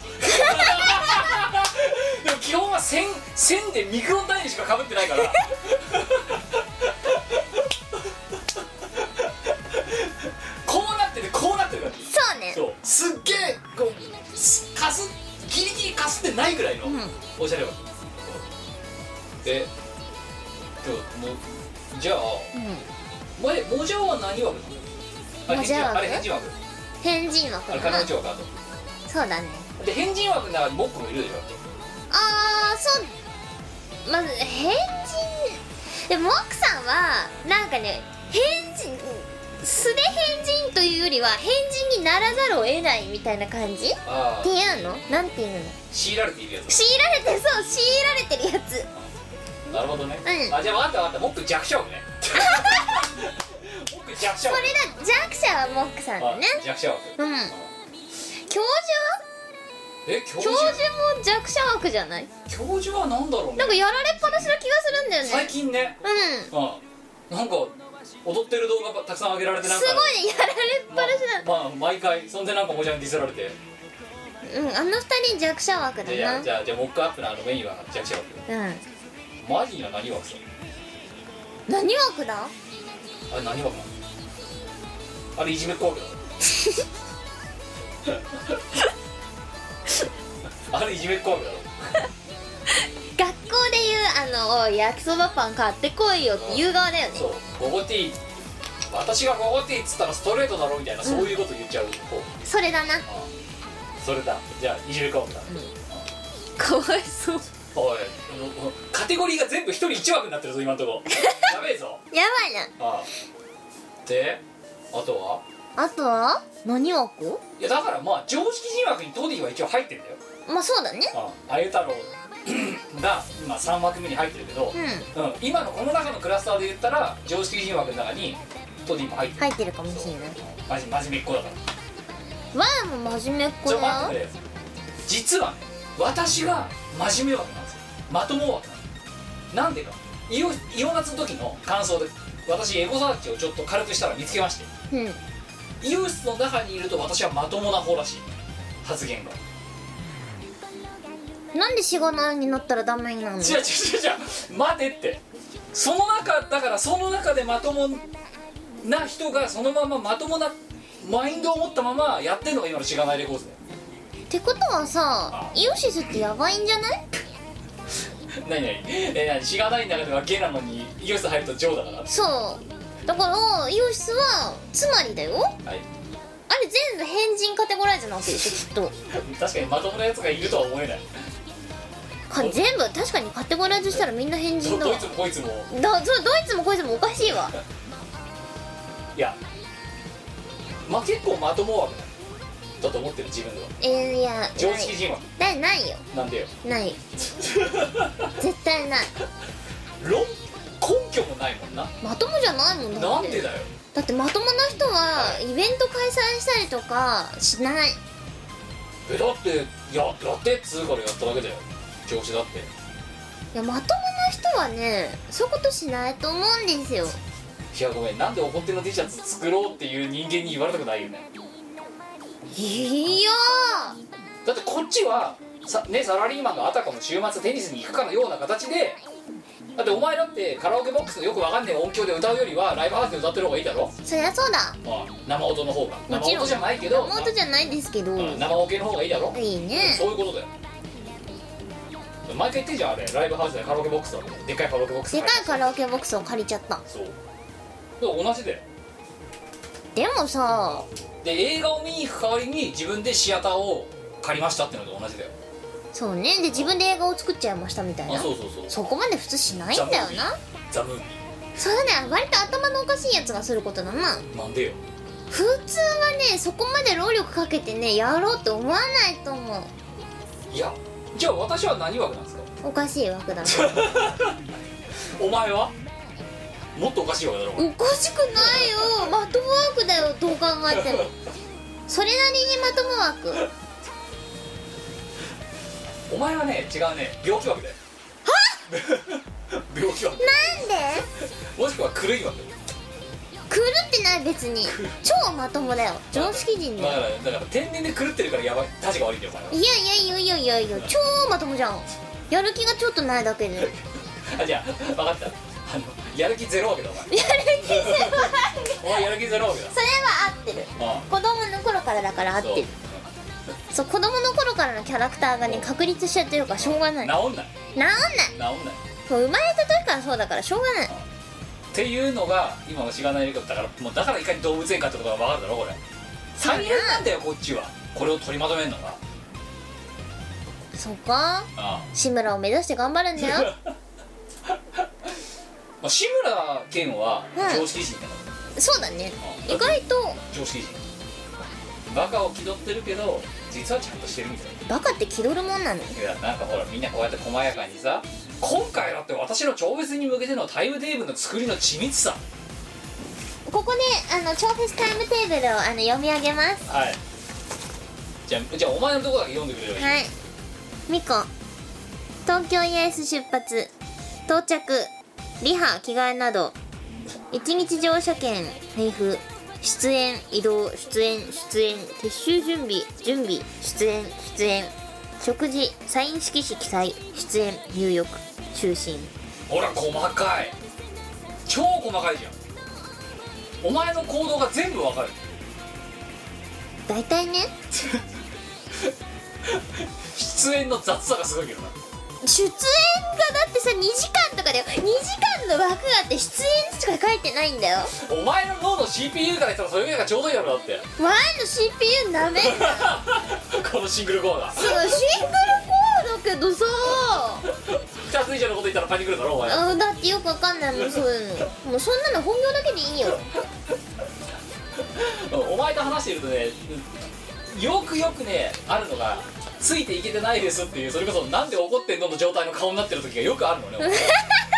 でも基本は線線でミクロン単位にしかかぶってないからこうなっててこうなってるからそうねそうすっげえこうすかすギリギリかすってないぐらいのうんおしゃれ枠ででもうじゃあうんもえもじゃは何枠なの？あれもじゃ枠あれ変人枠変人枠あれだな。 金持ち枠あとそうだね。 で変人枠の中にモックもいるでしょだってああそうまず変人でも奥さんはなんかね変人素で変人というよりは変人にならざるを得ないみたいな感じってああいうのなんていうの強いられているやつ強いられてそう強いられてるやつ。 なるほどね、 うんあじゃあ分かった分かったモック弱者枠ねモック弱者枠それだ弱者はモックさんだね。 あ弱者枠うん教授はえ教教授授も弱者枠じゃない？ 教授は何だろうねなんかやられっぱなしな気がするんだよね。 最近ねうんうんなんか踊ってる動画たくさん上げられてなんかすごいねやられっぱなしなま、まあ毎回そんでなんかもじゃにディスられてうんあの二人弱者枠だじゃな。 あじゃあじゃあモックアップのあのメインは弱者枠うんマジーは何枠さ何枠だ？ あれ何枠なのあれいじめっ子枠だあれいじめっ子枠だろ。 学校で言うあのおい焼きそばパン買ってこいよって言う側だよね。 そうゴゴティー私がゴゴティーっつったらストレートだろみたいな、そういうこと言っちゃう方、 それだな。 それだ。じゃあいじめっ子枠だ、 かわいそう。 おいカテゴリーが全部一人一枠になってるぞ今のとこやべえぞ。 やばいな。 ああであとはあとは何枠？ いやだからまあ常識人枠にトディは一応入ってんだよ。 まあそうだね。 あああゆ太郎が今さん枠目に入ってるけど、 うん、 うん、今のこの中のクラスターで言ったら常識人枠の中にトディも入ってる。 入ってるかもしれない。 マジ真面目っ子だからわあもう真面目っ子ちょだよ。 待ってくれ。実はね私が真面目枠なんですよ。まとも枠なんでかイオイオナツの時の感想で私エゴサーチをちょっと軽くしたら見つけまして、 うん、 イオシスの中にいると私はまともな方らしい発言が。 なんでしがないになったらダメになるの？ 違う違う違う違う待てって。その中だからその中でまともな人がそのまままともなマインドを持ったままやってんのが今のしがないレコーズだよ。 ってことはさ、イオシスってやばいんじゃない？ 何何え何しがないんだけどゲなのにイオシス入るとジョーだから。 そうだからイオシスはつまりだよ、 はい、 あれ全部変人カテゴライズなわけでしょきっと。 確かにまともなやつがいるとは思えない。 か全部確かにカテゴライズしたらみんな変人だわ。 どいつもこいつもだそうどいつもこいつもおかしいわ。 いやまあ結構まとも枠だと思ってる自分では。 えー、いや常識人枠ないないよ。 なんでよ。 ない絶対ない。 論根拠もないもんな。 まともじゃないもんだって。 なんでだよ。 だってまともな人はイベント開催したりとかしない。 えだってややってっつうからやっただけだよ調子だって。 いやまともな人はねそういうことしないと思うんですよ。 いやごめんなんで怒ってるの T シャツ作ろうっていう人間に言われたくないよね。 いやだってこっちはさ、ね、サラリーマンがあたかも週末テニスに行くかのような形で。だってお前だってカラオケボックスのよくわかんない音響で歌うよりはライブハウスで歌ってる方がいいだろ。 そりゃそうだ。 ああ生音の方がもちろん生音じゃないけど生音じゃないですけど、 うん、生オケの方がいいだろ。 いいね。 そういうことだよ。毎回言ってんじゃんあれライブハウスでカラオケボックスだもん。でっかいカラオケボックスでかいカラオケボックスを借りちゃった。 そう同じだよ。 でもさで映画を見に行く代わりに自分でシアターを借りましたってのと同じだよ。 そうね。で自分で映画を作っちゃいましたみたいな。 あそうそうそうそこまで普通しないんだよな。 ザムービそれだね。割と頭のおかしいやつがすることだな。 ーなんでよ。 普通はねそこまで労力かけてねやろうって思わないと思う。 いやじゃあ私は何枠なんですか。 おかしい枠だなお前はもっとおかしい枠だろお前。 おかしくないよ。まとも枠だよどう考えても。それなりにまとも枠。 お前はね違うね病気枠だよ。は病気枠。 なんでもしくは狂い枠。 狂ってない別に。超まともだよ。常識人だかだよ。 らだから天然で狂ってるからやばいたちが悪いんだよお前は。 いやいやいやいやいやいや超まともじゃん。やる気がちょっとないだけで。 あじゃあ分かった。あのやる気ゼロ枠だお前。 やる気ゼロ。 お前やる気ゼロ枠だ。 それは合ってる。 あ子供の頃からだから合ってる。そう子供の頃からのキャラクターがね確立しちゃってるからしょうがない。 治んない治んない。 治んないそう生まれた時からそうだからしょうがない。 っていうのが今のしがないレコードだからもうだからいかに動物園かってことが分かるだろこれ。大変なんだよこっちはこれを取りまとめるのが。 そうかあ志村を目指して頑張るんだよあ志村けんは常識人だかそうだね。 あ意外とら常識人バカを気取ってるけど実はちゃんとしてるみたいな。 バカって気取るもんなの。 いやなんかほらみんなこうやって細やかにさ今回だって私の超別に向けてのタイムテーブルの作りの緻密さ。 ここであの超フェスタイムテーブルをあの読み上げます。 はいじゃあじゃあお前のとこだけ読んでくれればいい。 はいみこ東京イエス出発到着リハ着替えなど一日乗車券配布出演移動出演出演撤収準備準備出演出演食事サイン色紙記載出演入浴就寝。 ほら細かい超細かいじゃん。お前の行動が全部わかる。 大体ね出出演の雑さがすごいけどな。 出演がだってさにじかんとかだよ。にじかんの枠があって出演しか書いてないんだよ。 お前の脳の シーピーユー から言ったらそれぐらいがちょうどいいだろ。だって前の シーピーユー なめんなこのシングルコアがそうシングルコアだけどさふたつ以上のこと言ったらパニクるだろお前。 あだってよくわかんないもんそういうの。もうそんなの本業だけでいいよ。 お前と話しているとね、よくよくねあるのがついていけてないですっていう、それこそなんで怒ってんのの状態の顔になってる時がよくあるのね。お前だ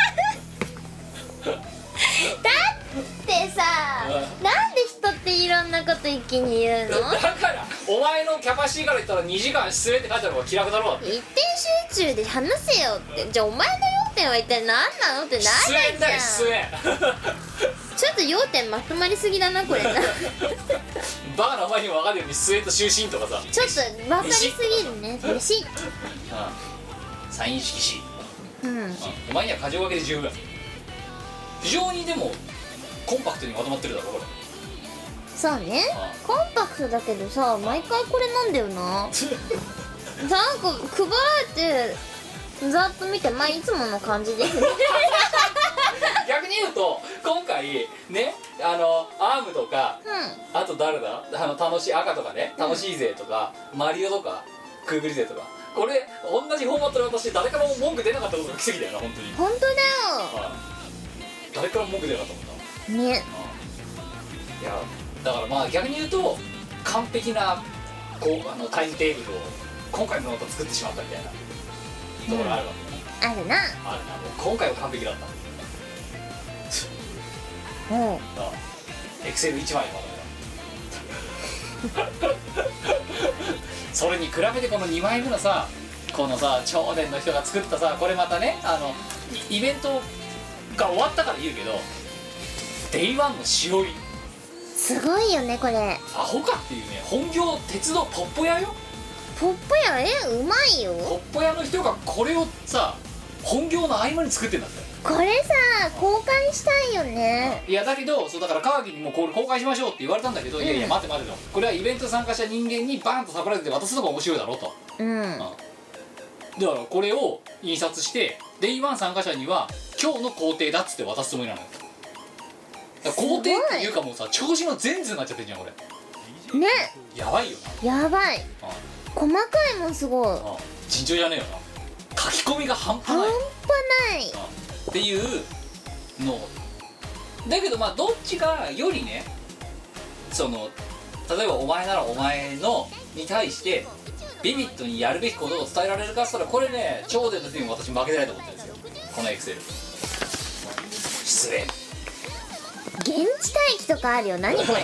ってさ、なんで人っていろんなこと一気に言うの？ だからお前のキャパシティから言ったらにじかん出演って書いてある方が気楽だろう。 一点集中で話せよって。じゃあお前の要点は一体何なのってなるじゃん。 出演だよ出演ちょっと要点まとまりすぎだなこれなバカなお前にも分かるように出演と就寝とかさ、 ちょっと分かりすぎるね。飯うん、サイン色紙、 うんうん、お前には箇条書きで十分。非常にでもコンパクトにまとまってるだろこれ。 そうね、コンパクトだけどさ毎回これなんだよななんか配られてざっと見てまあいつもの感じですね逆に言うと今回ね、あのアームとか、 うあと誰だ、あの楽しい赤とかね、楽しいぜとか、マリオとかクーグリ勢とか、これ同じフォーマットで渡して誰からも文句出なかったことが奇跡だよな本当に。 ん本当だよはい、誰からも文句出なかったもんな。 ね。 いやだからまあ逆に言うと完璧なこうあのタイムテーブルを今回のまた作ってしまったみたいなところあるわけね、 あるな。 あるな。もう今回は完璧だった。 うんエクセルいちまいまでそれに比べてこのにまいめのさ、このさ超電の人が作ったさ、これまたね、あのイベントが終わったから言うけどデイワンのしおりすごいよねこれ。 アホかっていうね。本業鉄道ポッポ屋よ。 ポップやえうまいよ。 ポッポ屋の人がこれをさ本業の合間に作ってんだって。 これさ公開したいよね。 いやだけどそうだから川木にもこれ公開しましょうって言われたんだけど、うん、いやいや待て待てと、これはイベント参加した人間にバーンとサプライズで渡すのが面白いだろうと、 うん、うん、 だからこれを印刷してデイワン参加者には今日の工程だっつって渡すつもりなのよ。だから工程っていうかもうさ調子の全図になっちゃってんじゃんこれね。 やばいよな。 やばい。細かいもんすごい。 尋常じゃねえよな。書き込みが半端半ない端ないっていうのだけど、まあどっちがよりね、その例えばお前ならお前のに対してビビットにやるべきことを伝えられるかっつったら、これね超電の時に私負けてないと思ってるんですよこのエクセル。失礼。 現地待機とかあるよ。何これ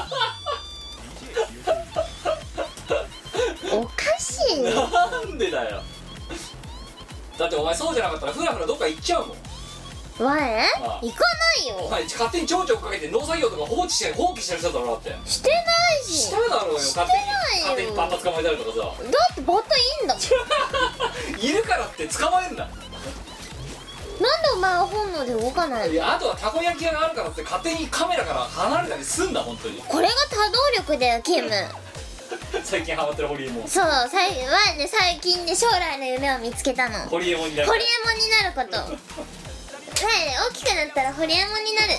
おかしいね。 なんでだよ。だってお前そうじゃなかったらフラフラどっか行っちゃうもん。 前あ行かないよ。 お前勝手に蝶々かけて農作業とか放置して放棄してる人だろ。だってしてないし。 しただろうよ。勝手に勝手にバッタ捕まえたりとかさ。 だってバッタいいんだもんいるからって捕まえんだ。 なんでお前は本能で動かないの。 いやあとはたこ焼き屋があるからって勝手にカメラから離れたりすんだ本当に。 これが多動力だよキム最近ハマってるホリエモン。 そう最はね最近ね将来の夢を見つけたの。 ホリエモンになる。 ホリエモンになることはい大きくなったらホリエモンになる。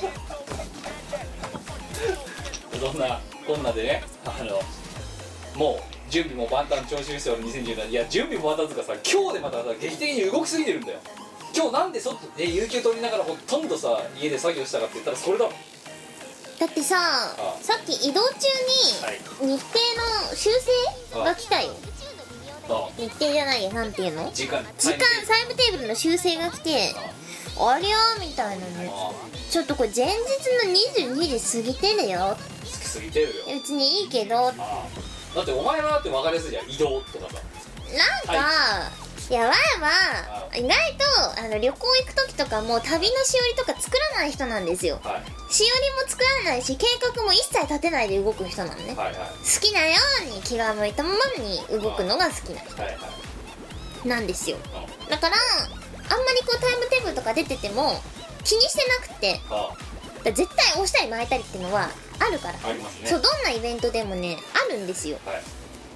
そんなこんなでね、あのもう準備も万端徴収しておるにせんじゅうなな。いや準備も万端とかさ、今日でまたさ劇的に動きすぎてるんだよ。今日なんで外で有給取りながらほとんどさ家で作業したかって言ったらそれだもん。 だってさあさっき移動中に日程の修正が来たよ。 あ日程じゃないよなんていうの時間時間タイムテーブルの修正が来てありゃーみたいなね。ちょっとこれ前日のにじゅうにじ過ぎてるよ。 好きすぎてるよ。 別にいいけどなんかだってお前のだって分かりやすいじゃん移動とかさ。 いやわいは意外とあの旅行行く時とかも旅のしおりとか作らない人なんですよ、 はい、 しおりも作らないし計画も一切立てないで動く人なのね、 はいはい、 好きなように気が向いたままに動くのが好きな人なんですよ。だからあんまりこうタイムテーブルとか出てても気にしてなくて、だ絶対押したり巻いたりっていうのはあるから、 ありますね。 そうどんなイベントでもねあるんですよ、 はい、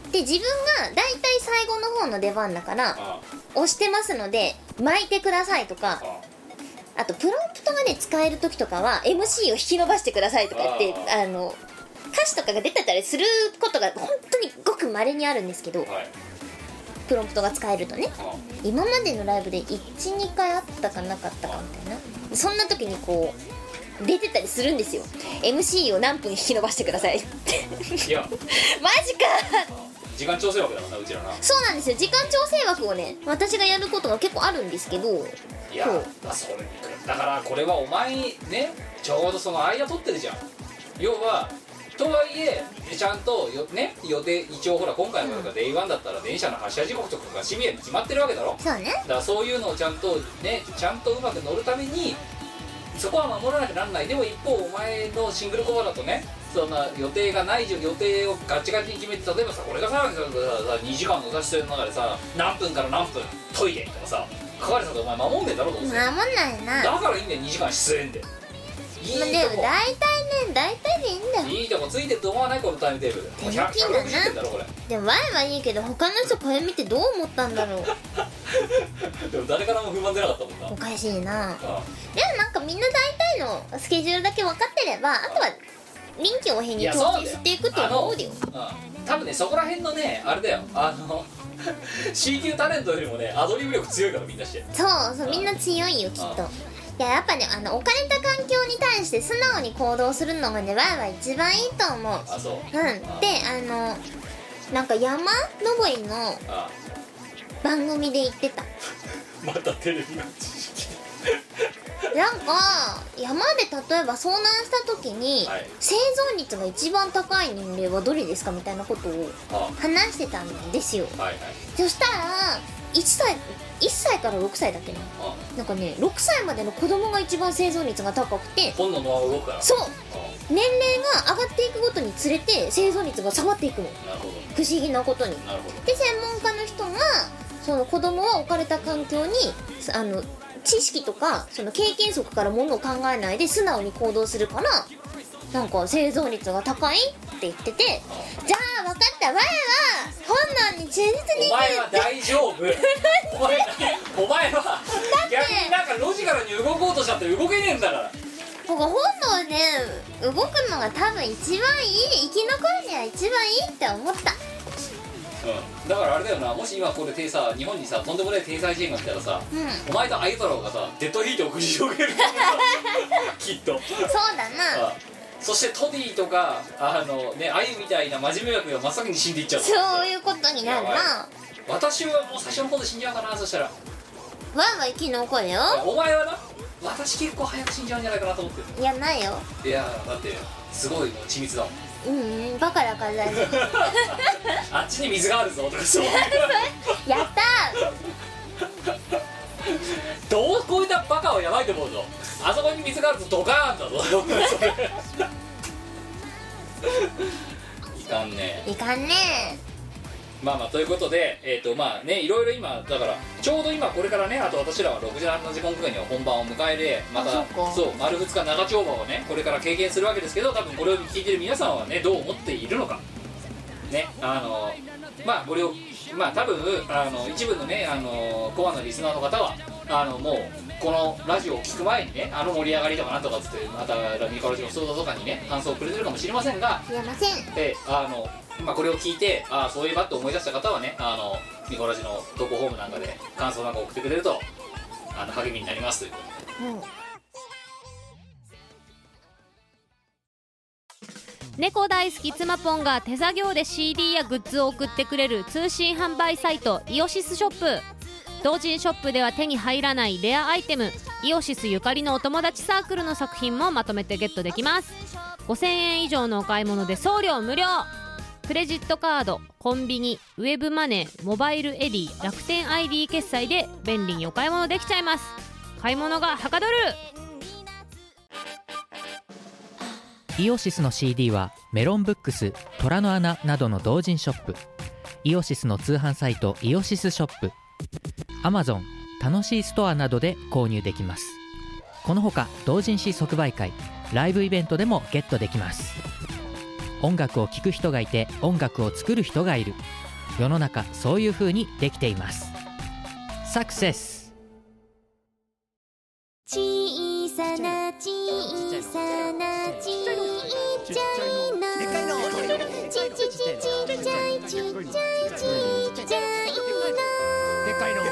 で自分がだいたい最後の方の出番だから押してますので巻いてくださいとか、あとプロンプトがね使える時とかは エムシー を引き伸ばしてくださいとか言ってあの歌詞とかが出てたりすることが本当にごく稀にあるんですけど、はい、プロンプトが使えるとね、今までのライブで いち,に 回あったかなかったかみたいな、そんな時にこう出てたりするんですよ。 エムシー を何分引き伸ばしてくださいっていやマジか時間調整枠だからなうちらな。 そうなんですよ、時間調整枠をね私がやることが結構あるんですけど、 いやだそれだからこれはお前ねちょうどその間取ってるじゃん。要はとはいえちゃんとよ、ね、予定一応ほら今回のデイワンだったら電車の発車時刻とかがシビアに決まってるわけだろ。 そうね。 だからそういうのをちゃんとねちゃんとうまく乗るためにそこは守らなきゃなんない。でも一方お前のシングルコアだとねそんな予定がない予定をガチガチに決めて、例えばさこれがさにじかんの出してる中でさ何分から何分トイレとかさ書かれてたらお前守んねえだろどうせ。 守んないな。 だからいいんだよにじかん出演で。いいとこ、 まあ、でも大体ね大体でいいんだよ。 いいとこついてると思わないこのタイムテーブル。 手抜きんだな。でもワイはいいけど他の人これ見てどう思ったんだろうでも誰からも不満出なかったもんな。 おかしいな。ああでもなんかみんな大体のスケジュールだけ分かってればあとは臨機応変に調整していくと思うよ。 うん、多分ねそこら辺のねあれだよあのC 級タレントよりもねアドリブ力強いからみんなして。 そうそうみんな強いよきっと。いややっぱねあの置かれた環境に対して素直に行動するのがねワイは一番いいと思う。 あそう。うんであのなんか山登りの番組で言ってたまたテレビの知識なんか山で例えば遭難した時に、はい、生存率が一番高い年齢はどれですかみたいなことを話してたんですよ。はいはい、そしたらいっさいいっさいからろくさいだっけな、なんかねろくさいまでの子供が一番生存率が高くて本能のまま動くからそう年齢が上がっていくごとにつれて生存率が下がっていくの。 なるほど不思議なことに。 なるほど。 で専門家の人がその子供は置かれた環境にあの知識とかその経験則からものを考えないで素直に行動するからなんか生存率が高いって言ってて、じゃあ分かった我は本能に忠実にお前は大丈夫お前お前は逆になんかロジカルに動こうとしちゃって動けねえんだから。 僕本能で動くのが多分一番いい、生き残るには一番いいって思った。 うん、だからあれだよな、もし今これでさ日本にさとんでもない天才人が来たらさ、うん、お前とアイドロがさデッドヒートを繰り広げるきっとそうだな。 あそしてトディとかあのねアユみたいな真面目役が真っ先に死んでいっちゃう。 そういうことになるな。 私はもう最初の方で死んじゃうかな。そしたらワンは生き残るよ。 お前はな私結構早く死んじゃうんじゃないかなと思ってる。 いやないよ。いやだってすごいもう緻密だもん。 うんうんバカだから大丈夫あっちに水があるぞとかそうやったーどうこういったバカはやばいと思うぞ。あそこに水があるとドカーンだぞいかんねいかんねまあまあということでえっ、ー、とまあねいろいろ今だからちょうど今これからねあと私らはろくじはんの時間くらいには本番を迎えでまたそう丸ふつか長丁場をねこれから経験するわけですけど、多分これを聞いてる皆さんはねどう思っているのかねあのまあこれをまあ多分あの一部のねあのコアのリスナーの方はあのもうこのラジオを聞く前にねあの盛り上がりとかなんとかっつってまたラミカロジのソーダとかにね感想をくれてるかもしれませんが、 いやませんえあのまあ、これを聞いてああそういえばって思い出した方はねあのミコラジの投稿フォームなんかで感想なんか送ってくれるとあの励みになりますということで、うん、 猫大好き妻ポンが手作業で シーディー やグッズを送ってくれる通信販売サイトイオシスショップ。同人ショップでは手に入らないレアアイテムイオシスゆかりのお友達サークルの作品もまとめてゲットできます。ごせんえん以上のお買い物で送料無料。クレジットカード、コンビニ、ウェブマネー、モバイルエディ、楽天 アイディー 決済で便利にお買い物できちゃいます。買い物がはかどる。 イオシスの シーディー はメロンブックス、虎の穴などの同人ショップ、イオシスの通販サイトイオシスショップ、アマゾン、楽しいストアなどで購入できます。このほか同人誌即売会、ライブイベントでもゲットできます。 音楽を聴く人がいて音楽を作る人がいる。世の中そういう風にできています。サクセス。 小さな小さなちっちゃいのちちちちっちゃいちっちゃいちっちゃいのでかいの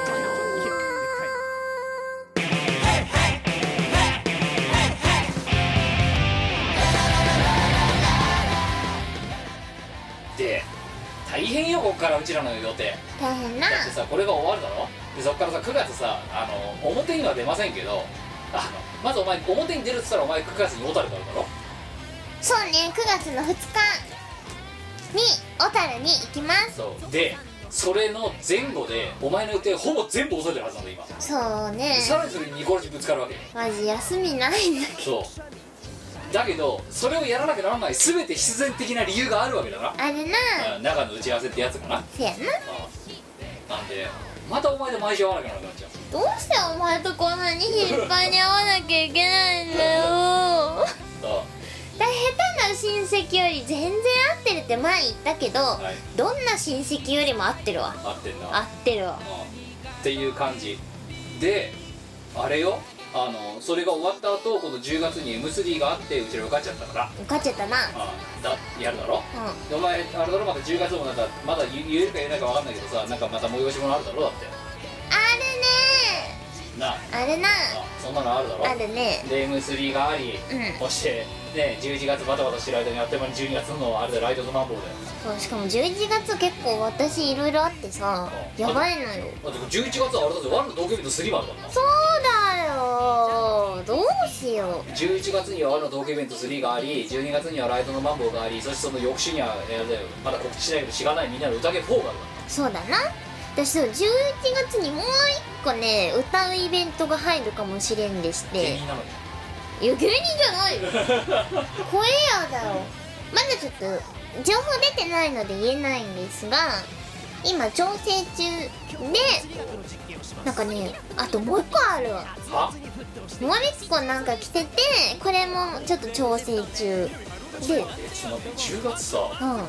で大変よこっからうちらの予定。 大変な。 だってさこれが終わるだろ。でそっからさくがつさあの表には出ませんけど、あのまずお前表に出るっつったらお前くがつに小樽があるだろ。 そうね、くがつのふつかに小樽に行きます。 そうでそれの前後でお前の予定ほぼ全部押さえてるはずなんだ今。 そうね。 さらにそれにニコラジぶつかるわけよ。 マジ休みないんだけど。 そうだけどそれをやらなきゃならない全て必然的な理由があるわけだな。 あれな。 うん中の打ち合わせってやつかな。 せやな。 なんでまたお前で毎週会わなきゃならなくなっちゃう。 どうしてお前とこんなに頻繁に会わなきゃいけないんだよ。 そうだ下手な親戚より全然合ってるって前言ったけど、 はいどんな親戚よりも合ってるわ。 合ってんな。 合ってるわ。 うんっていう感じであれよあのそれが終わった後このじゅうがつに エムスリー があってうちら受かっちゃったから受かっちゃったな。 あだやるだろ。 うん。 でお前あれだろまたじゅうがつもなんかまだ言言えるか言えないか分かんないけどさなんかまた催し物あるだろだってあなるねー。あるな。 あそんなのあるだろ。 あるね。 で エムスリー があり、 うんそしてねじゅういちがつバタバタしてる間にあっという間にじゅうにがつのあれでライトズマンボウでそうしかもじゅういちがつ結構私いろいろあってさ、 うんやばいのよ。 あでもじゅういちがつはあれだぜワンの同居人とスリーマンだからな。 そうだよー。どうしよう。 じゅういちがつにはワンの同居イベントスリーがありじゅうにがつにはライトのマンボウがありそしてその翌週にはあれだよまだ告知しないけどしがないみんなの宴フォーがあるかそうだな。私そうじゅういちがつにもう一個ね歌うイベントが入るかもしれんでしらて。 芸人なのにいや芸人じゃないよ。声やだよ。まだちょっと情報出てないので言えないんですが今調整中でなんかねあともう一個あるわ。 はもう一個なんか来ててこれもちょっと調整中で。 えちょっと待ってじゅうがつさうん。 もう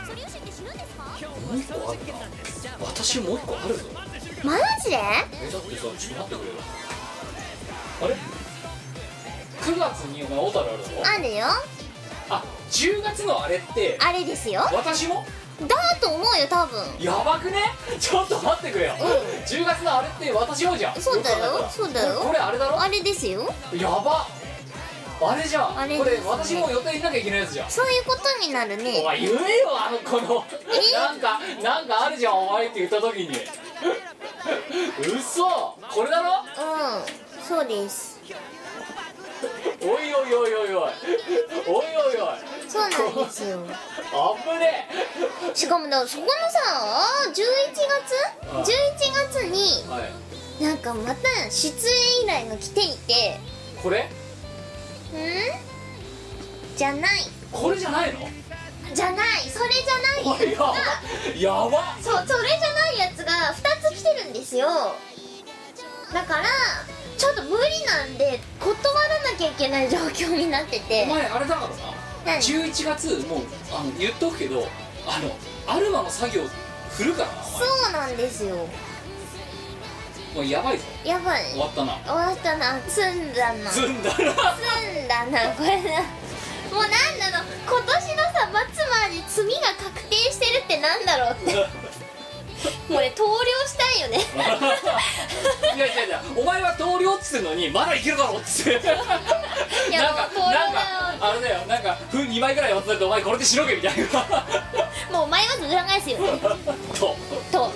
一個あるな。私もう一個あるぞ。 マジで？ えだってさちょっと待ってくれよ。あれくがつにお前小樽あるだろ。 あるよ。 あじゅうがつのあれってあれですよ。 私もだと思うよ多分。 やばくね。ちょっと待ってくれよ、 うじゅうがつのあれって私もじゃん。 そうだよよく考えたらそうだよこれこれあれだろ。 あれですよ。 やばあれじゃんあれこれですね私も予定になきゃいけないやつじゃん。 そういうことになるおね。 前言えよあの子のなんかなんかあるじゃんお前って言った時に嘘これだろ。 うんそうです。 おいおいおいおいおいおいおいおいそうなんですよ。 あぶねしかもだそこのさじゅういちがああつじゅういちがつにえはいなんかまた出演依頼が来ていてこれんじゃないこれじゃないの。 じゃないそれじゃないおいやばやばそうそれじゃないやつがふたつ来てるんですよ。だからちょっと無理なんで断らなきゃいけない状況になってて。 お前あれだからな何じゅういちがつもうあの言っとくけどあのアルマの作業振るからなお前そうなんですよ。 もうやばいぞやばい終わったな終わったな。積んだなずんだな積んだなこれな。もうなんだろう今年のさ末まで罪が確定してるってなんだろうってもうね投了したいよねいやいやいやお前は投了っつってんのにまだいけるだろっつっていやなんかもう投了だよなんかあれだよなんかふにまいぐらい渡されてお前これでしのげみたいなもう前まず裏返すよねとと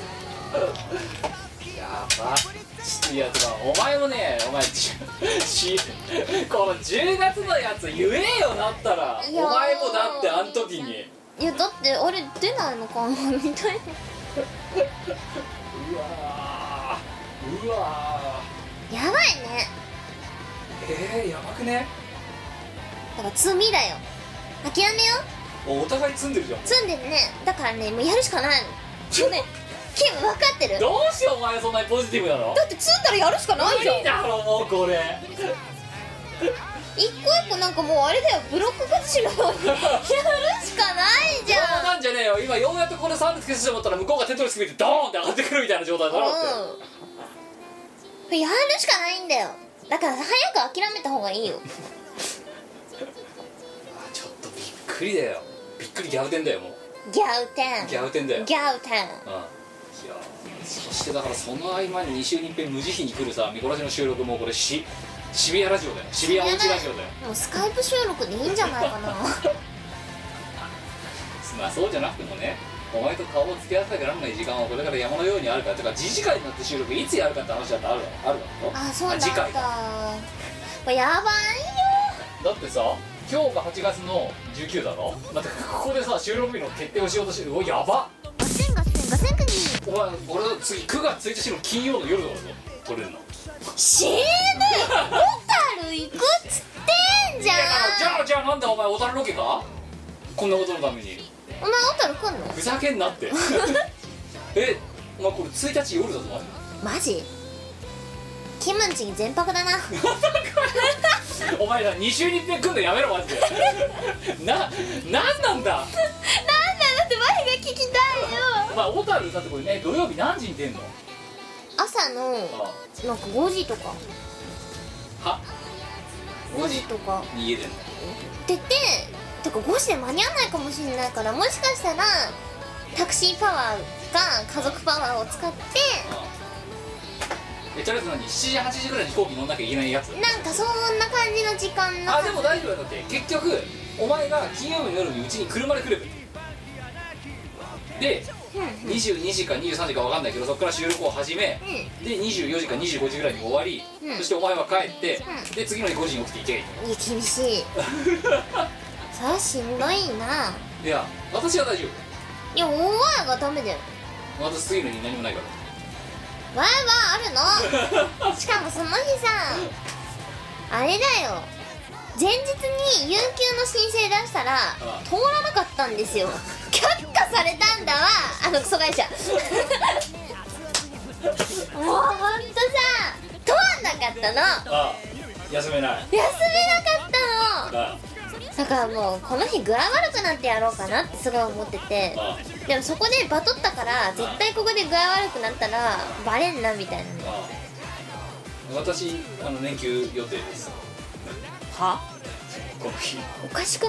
やばいやてかお前もねお前しこのじゅうがつのやつ言えよなったらおいやー前もだってあん時にいやだってあれ出ないのかなみたいな。 うわーうわやばいね。 ーえー、やばくね。 だから罪だよ。諦めよおお互い積んでるじゃん。 う。積んでるね。だからねもうやるしかないの。もうねケム分かってる。 どうしてお前そんなにポジティブなの。 だって積んだらやるしかないじゃん。 無理だろもうこれ一個一個なんかもうあれだよブロック崩しのようにやるししかないじゃん。 なんじゃねえよ、今ようやっとこれサービス消すと思ったら向こうが手取りつけてドーンって上がってくるみたいな状態だろって、 うん、やるしかないんだよ。だから早く諦めた方がいいよ。 あ、ちょっとびっくりだよ。びっくりギャウテンだよ。もうギャウテンギャウテンだよ。 ギャウテン、 うん、いやそしてだからその合間にに週にいっぺん無慈悲に来るさミコラジの収録もこれし渋谷ラジオだよ。渋谷おうちラジオだよ。 もうスカイプ収録でいいんじゃないかな。 まあそうじゃなくてもね、お前と顔を付き合わせなきゃならない時間はこれから山のようにあるから、てか次次回になって収録いつやるかって話だってあるあるだろ。 あ、そうなんだ。 次回これやばいよ。 だってさ、今日がはちがつのじゅうくだろ。だってここでさ収録日の決定をしようとしてる。おやば。 ガセンガセンガセンクニー。 お前俺の次くがつついたちの金曜の夜だからぞ撮れるの。 死ぬ。小樽行くっつってんじゃん。 じゃあじゃあなんでお前小樽ロケか、こんなことのために。 お前小樽来んの？ ふざけんなってえ、お前これついたち夜だぞマジ？キムンチに全泊だな。 お前らに週にいっぺん来んのやめろマジでな、なんなんだなんだ。だって前が聞きたいよ。 お前小樽だってこれね、土曜日何時に出んの？ 朝のなんかごじとかはごじとかに家出んのって言っててかごじで間に合わないかもしれないから、もしかしたらタクシーパワーか家族パワーを使ってえ、とりあえず何しちじはちじぐらいに飛行機乗んなきゃいけないやつ。 なんかそんな感じの時間の。 あ、でも大丈夫だって結局お前が金曜日の夜にうちに車で来ればいいで、にじゅうにじかにじゅうさんじか分かんないけどそこから収録を始め、うん、でにじゅうよじかにじゅうごじぐらいに終わり、うん、そしてお前は帰って、うん、で次の日ごじに起きていけ。いや厳しいそれはしんどいな。 いや私は大丈夫。 いやお前がダメだよ。 私次の日何もないからわいはあるのしかもその日さあれだよ、前日に有給の申請出したら通らなかったんですよ。却下されたんだわ、あのクソ会社。もうほんとさ通んなかったの。ああ、休めない。 休めなかったの。ああ、だからもうこの日具合悪くなってやろうかなってすごい思ってて、ああでもそこでバトったから絶対ここで具合悪くなったらバレんなみたいな。ああ、 私あの年休予定です。 は？ この日おかしくない？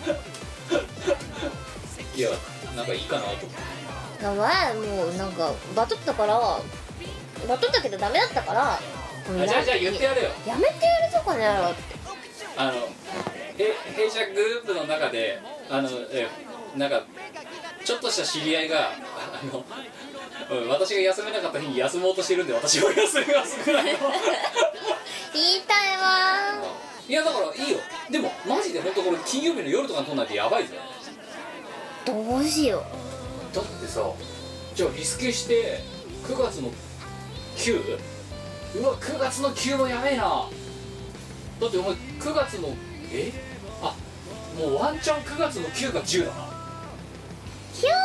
いや、なんかいいかなと思って。 前もうなんかバトったからバトったけどダメだったから、 あ、じゃあじゃあ言ってやれよ。 やめてやるぞこの野郎って。 あのえ弊社グループの中であのえなんかちょっとした知り合いがあの私が休めなかった日に休もうとしてるんで私は休みますぐらいの言いたいわ。 いやだからいいよ。でもマジで本当これ金曜日の夜とかに撮んないとやばいぞ。 どうしよう。だってさ、じゃあリスケしてくがつのきゅう、うわくがつのきゅうもやべえな。だってお前くがつのえあもうワンチャンくがつのきゅうかじゅうだな。 ひょ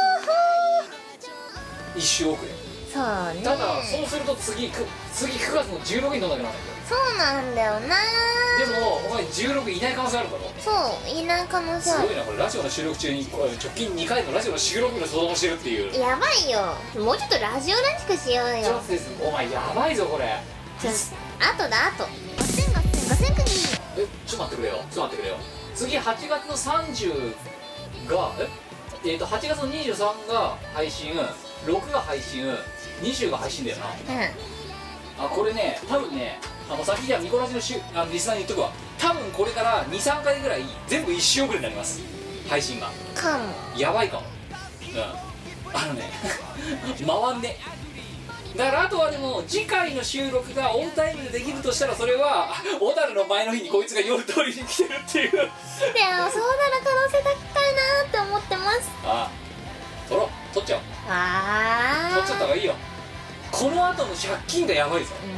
ー一周遅れ。 そうね。 ただそうすると次く次くがつのじゅうろくに撮んなきゃならないんだよ。 そうなんだよな。 でもお前じゅうろくいない可能性あるだろ。 そういない可能性ある。 すごいなこれ。ラジオの収録中に直近にかいのラジオの収録の相談をしてるっていう。 やばいよ。もうちょっとラジオらしくしようよ。 ちょっとですお前やばいぞこれ。 ちょあとだあとガセンガセンガセンクニー。 えちょっと待ってくれよ。ちょっと待ってくれよ。次はちがつのさんじゅうがええー、とはちがつのにじゅうさんが配信、ろくが配信、にじゅうが配信だよな。うん。あこれね多分ねあの先じゃあミコラジのしゅあのリスナーに言っとくわ。多分これからにさんかいぐらい全部一周遅れになります配信が。 かもやばいかも。うんあのね回んね。だからあとはでも次回の収録がオンタイムでできるとしたらそれは小樽の前の日にこいつが夜通りに来てるっていう。でもそうなら可能性高いなって思ってます。 ああ取ろう取っちゃおう。 あ取っちゃった方がいいよ。この後の借金がやばいぞ、うん、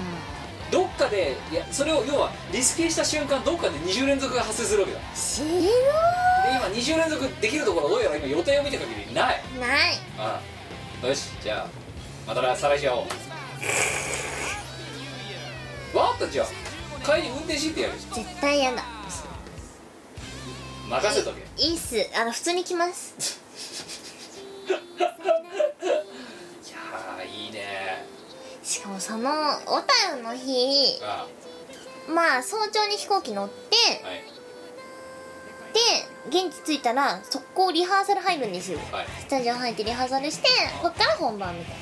どっかでいやそれを要はリスケした瞬間どっかでに週連続が発生するわけだ。 しろー。 で今に週連続できるところどうやら今予定を見た限りないない。 ああよしじゃあまた再来しよう。分かった。じゃあ帰り運転してやる。 絶対やだ。 任せとけ。 いいっす、あの普通に来ますいやーいいね。 しかもその小樽の日、 あまあ早朝に飛行機乗って、 あ、はいで現地着いたら速攻リハーサル入るんですよ。 はい。 スタジオ入ってリハーサルして、こっから本番みたいな。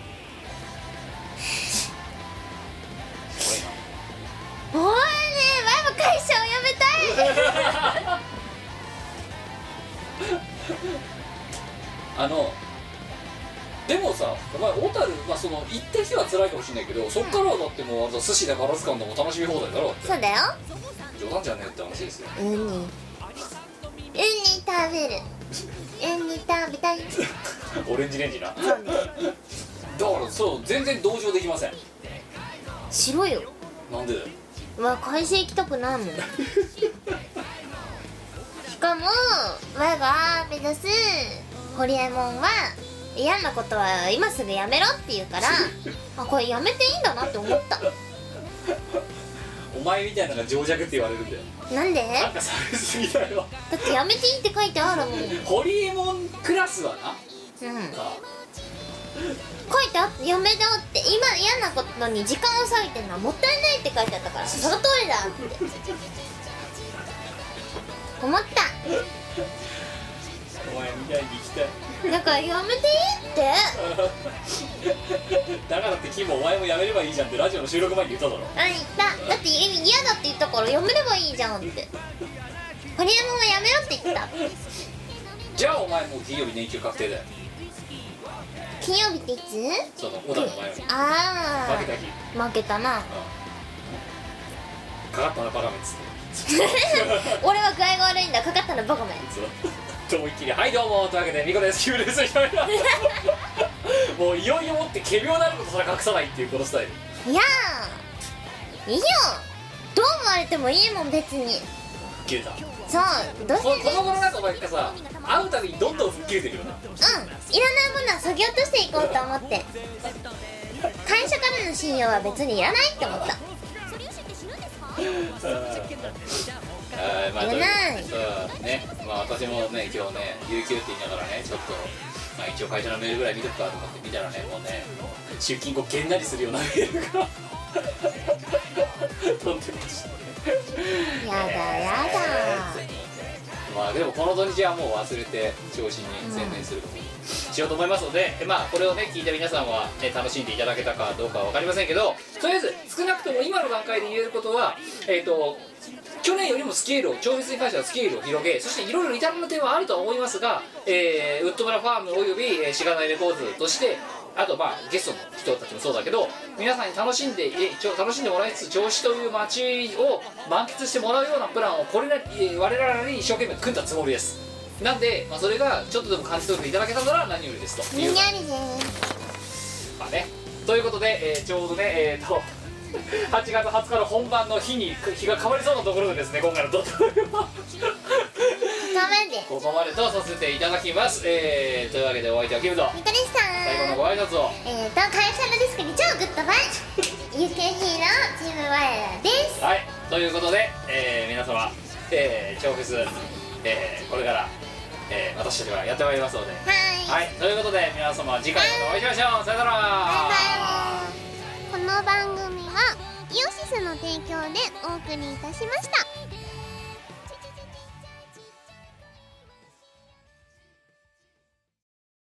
すおいねえ、前も会社を辞めたいあのでもさ、お前小樽、まあ、その行った日は辛いかもしれないけど、そっからはだってもうあれだ、寿司でガラス感でも楽しみ放題だろ。だってそうだよ。 冗談じゃねえって話ですよ。 ウニウニ食べる、ウニ食べたいオレンジレンジな。 そうね、 だからそう全然同情できません。 しろよ。 なんでだよ。 うわ、会社行きたくないもんしかも我が目指すホリエモンは嫌なことは今すぐやめろって言うからあ、これやめていいんだなって思った。 お前みたいなのが情弱って言われるんだよ。 なんで？ なんかされすぎだよ。 だってやめていいって書いてあるもん。うん、 ホリエモンクラスはな、あ書いてあって、やめろって今嫌なことに時間を割いてるのはもったいないって書いてあったから、その通りだって思った。 お前みたいに生きたい。 だからやめていいってだからってキムお前もやめればいいじゃんってラジオの収録前に言っただろ。 あ、言った。だって嫌だって言ったからやめればいいじゃんって。ホリエモンはやめろって言った。 じゃあお前もう金曜日年休確定だよ。 金曜日っていつ？ その小田の前にああ、 負けた日、 負けたな。 うん、かかったなバカめっつって俺は具合が悪いんだ、かかったのバカめ。 と思いっきり「はいどうも」というわけでミコです、キムですもういよいよもって仮病なることすら隠さないっていうこのスタイル。 いやーいいよ、どう思われてもいいもん別に。 吹っ切れた。 そうどうせここの頃なんかお前がさ会うたびにどんどん吹っ切れてるよな。 うん、いらないものは削ぎ落としていこうと思って、会社からの信用は別にいらないって思った。 あーまあいらないそうね、まあ私もね今日ね有給って言いながらねちょっと、まあ、一応会社のメールぐらい見とくかと思って見たらね、もうね出勤後げんなりするようなメールが飛んでましたね。 やだやだ、 まあでもこの土日はもう忘れて調子に専念することにしようと思いますので、うん、まあこれをね聞いた皆さんは、ね、楽しんでいただけたかどうかは分かりませんけど、とりあえず少なくとも今の段階で言えることはえっ、ー、と去年よりもスケールを超越に関してはスケールを広げ、そしていろいろ至らぬ点はあるとは思いますが、えー、ウッド村ファームおよび、えー、しがないレコーズとしてあとまあゲストの人たちもそうだけど皆さんに楽しんでえちょ楽しんでもらいつつ銚子という街を満喫してもらうようなプランをこれなり我々なりに一生懸命組んだつもりです。なんで、まあ、それがちょっとでも感じ取っていただけたなら何よりですという。 みんなにねまあね、ということで、えー、ちょうどねえー、とはちがつはつかの本番の日に日が変わりそうなところでですね今回のドットコムはここまでとさせていただきます、えー、というわけでお相手はキムとみかりさん、 最後のご挨拶をえーと会社のデスクに超グッドバイゆけヒーローチーム我らですはい、ということで、えー、皆様、えー、超フェス、えー、これから、えー、私たちはやってまいりますのではい、 はい、ということで皆様次回またお会いしましょう。さよなら。 バイバイ。この番組はイオシスの提供でお送りいたしました。